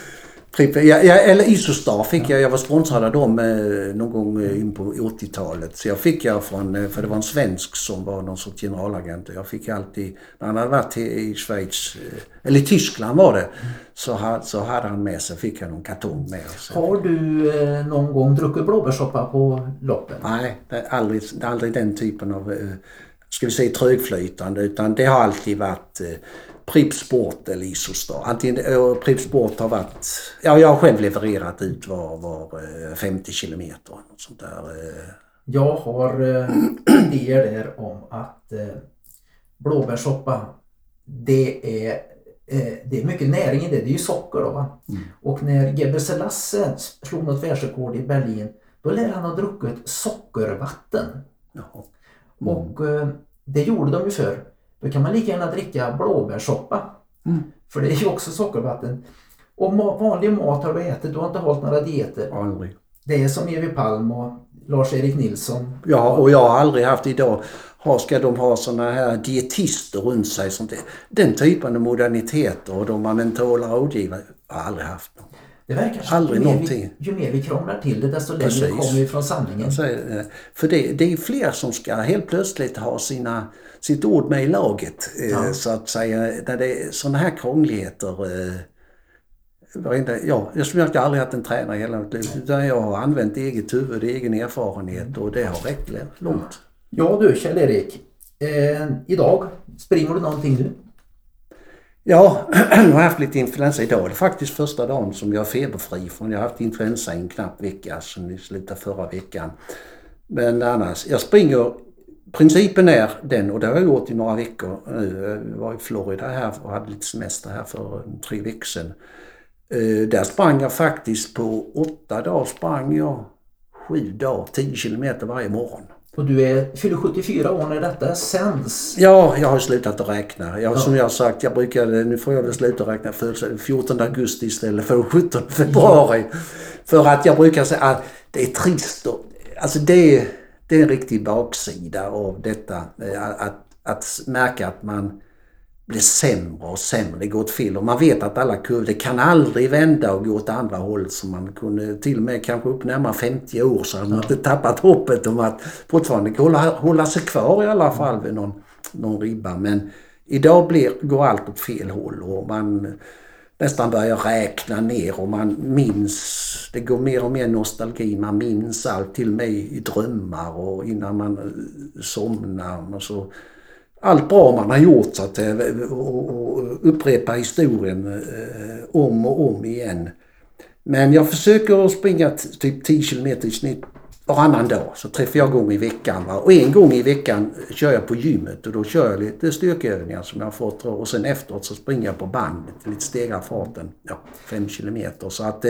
S2: Eller Isostar fick jag var sponsrad av dem någon gång in på 80-talet. Så jag fick för det var en svensk som var någon sorts generalagent. Jag fick alltid, när han hade varit i Schweiz, eller i Tyskland var det, så hade han med sig, fick jag någon kartong med sig.
S1: Har du någon gång druckit blåbärssoppa på loppen?
S2: Nej, det är aldrig den typen av, ska vi säga trögflytande, utan det har alltid varit Pripps Sport eller Isostar. Antingen Pripps Sport har varit, jag har själv levererat ut var 50 kilometer och något sånt där.
S1: Jag har idéer där om att blåbärssoppa, det är mycket näring i det. Det är ju socker då, va? Och när Gebre Selassie slog något världsrekord i Berlin, då lär han ha druckit sockervatten.
S2: Jaha.
S1: Och det gjorde de ju för. Då kan man lika gärna dricka blåbärssoppa. För det är ju också sockervatten. Och vanlig mat har du ätit. Du har inte hållit några dieter.
S2: Aldrig.
S1: Det är som Evi Palm och Lars-Erik Nilsson.
S2: Ja, och jag har aldrig haft idag. Ska de ha såna här dietister runt sig? Sånt där. Den typen av moderniteter och de mentala rådgivare har aldrig haft någon.
S1: Det verkar som
S2: aldrig någonting.
S1: Ju mer vi krånglar till det, desto längre kommer vi från sanningen.
S2: För det är fler som ska helt plötsligt ha sitt ord med i laget. Så att säga, när det är sådana här krångligheter. Jag som jag aldrig haft en tränare hela mitt liv. Utan jag har använt eget huvud, egen erfarenhet och det har räckt långt.
S1: Ja du Kjell-Erik, idag springer du någonting nu?
S2: Ja, jag har haft lite influensa idag. Det är faktiskt första dagen som jag är feberfri från. Jag har haft influensa i en knapp vecka som i slutet förra veckan. Men annars, jag springer, principen är den, och det har jag gjort i några veckor nu. Jag var i Florida här och hade lite semester här för 3 veckor sedan. Där sprang jag faktiskt på 8 dagar, sprang jag 7 dagar, 10 kilometer varje morgon.
S1: Och du fyller 74 år när detta sänds.
S2: Ja, jag har slutat att räkna. Som jag har sagt, nu får jag väl sluta räkna för 14 augusti istället för 17 februari. För att jag brukar säga att det är trist. Alltså det är en riktig baksida av detta. Att märka att man blir sämre och sämre. Det går åt fel. Och man vet att alla kurvor, det kan aldrig vända och gå åt andra håll. Så man kunde till och med kanske upp närmare 50 år så hade man inte tappat hoppet om att fortfarande hålla sig kvar i alla fall vid någon ribba. Men idag går allt åt fel håll och man nästan börjar räkna ner och man minns, det går mer och mer nostalgi, man minns allt till mig i drömmar och innan man somnar och så. Allt bra man har gjort så att och upprepa historien om och om igen. Men jag försöker springa typ 10 kilometer i snitt varannan dag. Så 3-4 gånger i veckan. Va? Och en gång i veckan kör jag på gymmet och då kör jag lite styrkeövningar som jag har fått. Och sen efteråt så springer jag på bandet, lite stegar farten, 5 kilometer. Så att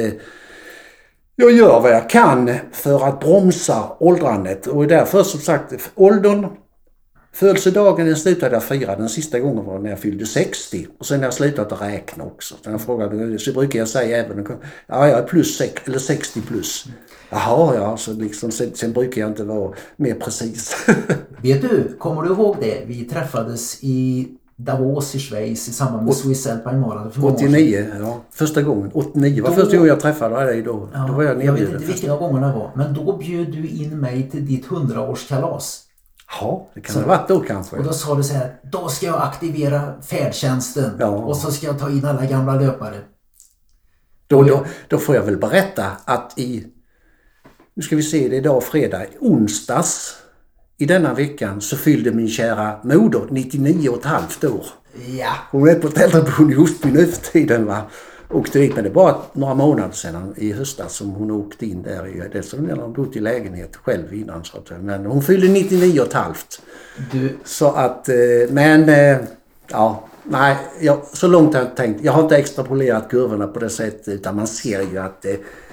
S2: jag gör vad jag kan för att bromsa åldrandet. Och därför som sagt, åldern, födelsedagen den slutade jag fira. Den sista gången var när jag fyllde 60. Och sen har jag slutat att räkna också. Så jag frågade, så brukar jag säga även, jag är plus 6 eller 60 plus. Jaha, ja, så liksom, sen brukar jag inte vara mer precis.
S1: Vet du, kommer du ihåg det? Vi träffades i Davos i Schweiz i samband med Swiss Alpine Marathon.
S2: 89, ja. Första gången. 89 var första gången jag träffade dig då.
S1: Ja,
S2: då var jag
S1: vet inte vilken av gångerna var. Men då bjöd du in mig till ditt 100-årskalas.
S2: Ja, det kan det ha varit då kanske.
S1: Och då sa du så här, då ska jag aktivera färdtjänsten.
S2: Ja.
S1: Och så ska jag ta in alla gamla löpare.
S2: Då får jag väl berätta att nu ska vi se, det är idag fredag, onsdags i denna veckan så fyllde min kära moder 99,5 år.
S1: Ja.
S2: Hon är på ett äldreboende i Osby nu för tiden, va. åkte dit, men det var bara några månader sedan i höstas som hon åkte in där i Dessutom när hon bott i lägenhet själv innan. Så att, men hon fyllde 99,5. Så att, men ja, nej, så långt har jag inte tänkt. Jag har inte extrapolerat kurvorna på det sättet, utan man ser ju att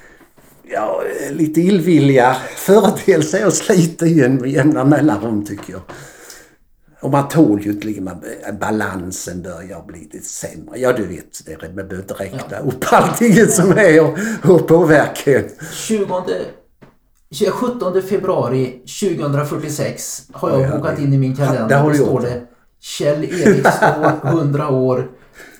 S2: lite illvilliga företeelser och slita i en jämna mellanrum tycker jag. Och man tål ju inte liksom, balansen börjar bli lite sämre. Ja, du vet, det behöver inte räkna upp allting som är och påverka.
S1: 17 februari 2046 har jag bokat in i min kalender. Där står det Kjell Eriksson 100 år.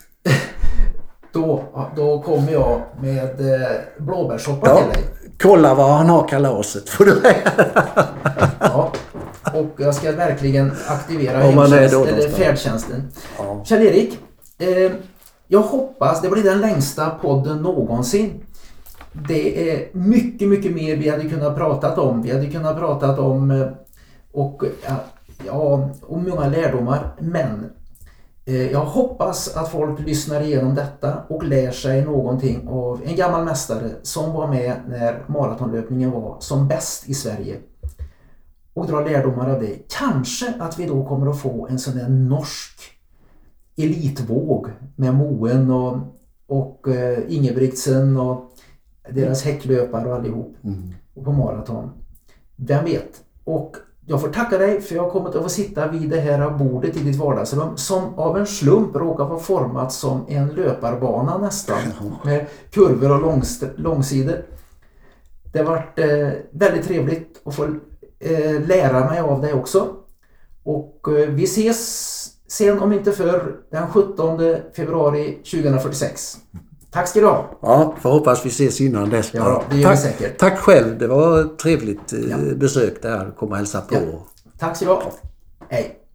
S1: Då kommer jag med blåbärssoppa till dig.
S2: Kolla vad han har kalaset. Får du
S1: Ja. Och jag ska verkligen aktivera färdtjänsten. Ja. Kjell-Erik, jag hoppas det blir den längsta podden någonsin. Det är mycket, mycket mer vi hade kunnat pratat om. Vi hade kunnat pratat om om många lärdomar. Men jag hoppas att folk lyssnar igenom detta och lär sig någonting av en gammal mästare som var med när maratonlöpningen var som bäst i Sverige. Och dra lärdomar av det. Kanske att vi då kommer att få en sån där norsk elitvåg med Moen och Ingebrigtsen och deras häcklöpare och allihop. Och på maraton. Vem vet? Och jag får tacka dig för jag har kommit att få sitta vid det här bordet i ditt vardagsrum som av en slump råkar vara format som en löparbana nästan. Med kurvor och långsidor. Det har varit väldigt trevligt att få lära mig av dig också. Och vi ses sen om inte för den 17 februari 2046. Tack ska du ha.
S2: Ja, för hoppas vi ses innan dess.
S1: Ja, det gör vi säkert.
S2: Tack själv, det var ett trevligt besök där. Komma och hälsa på.
S1: Ja. Tack ska du ha. Hej.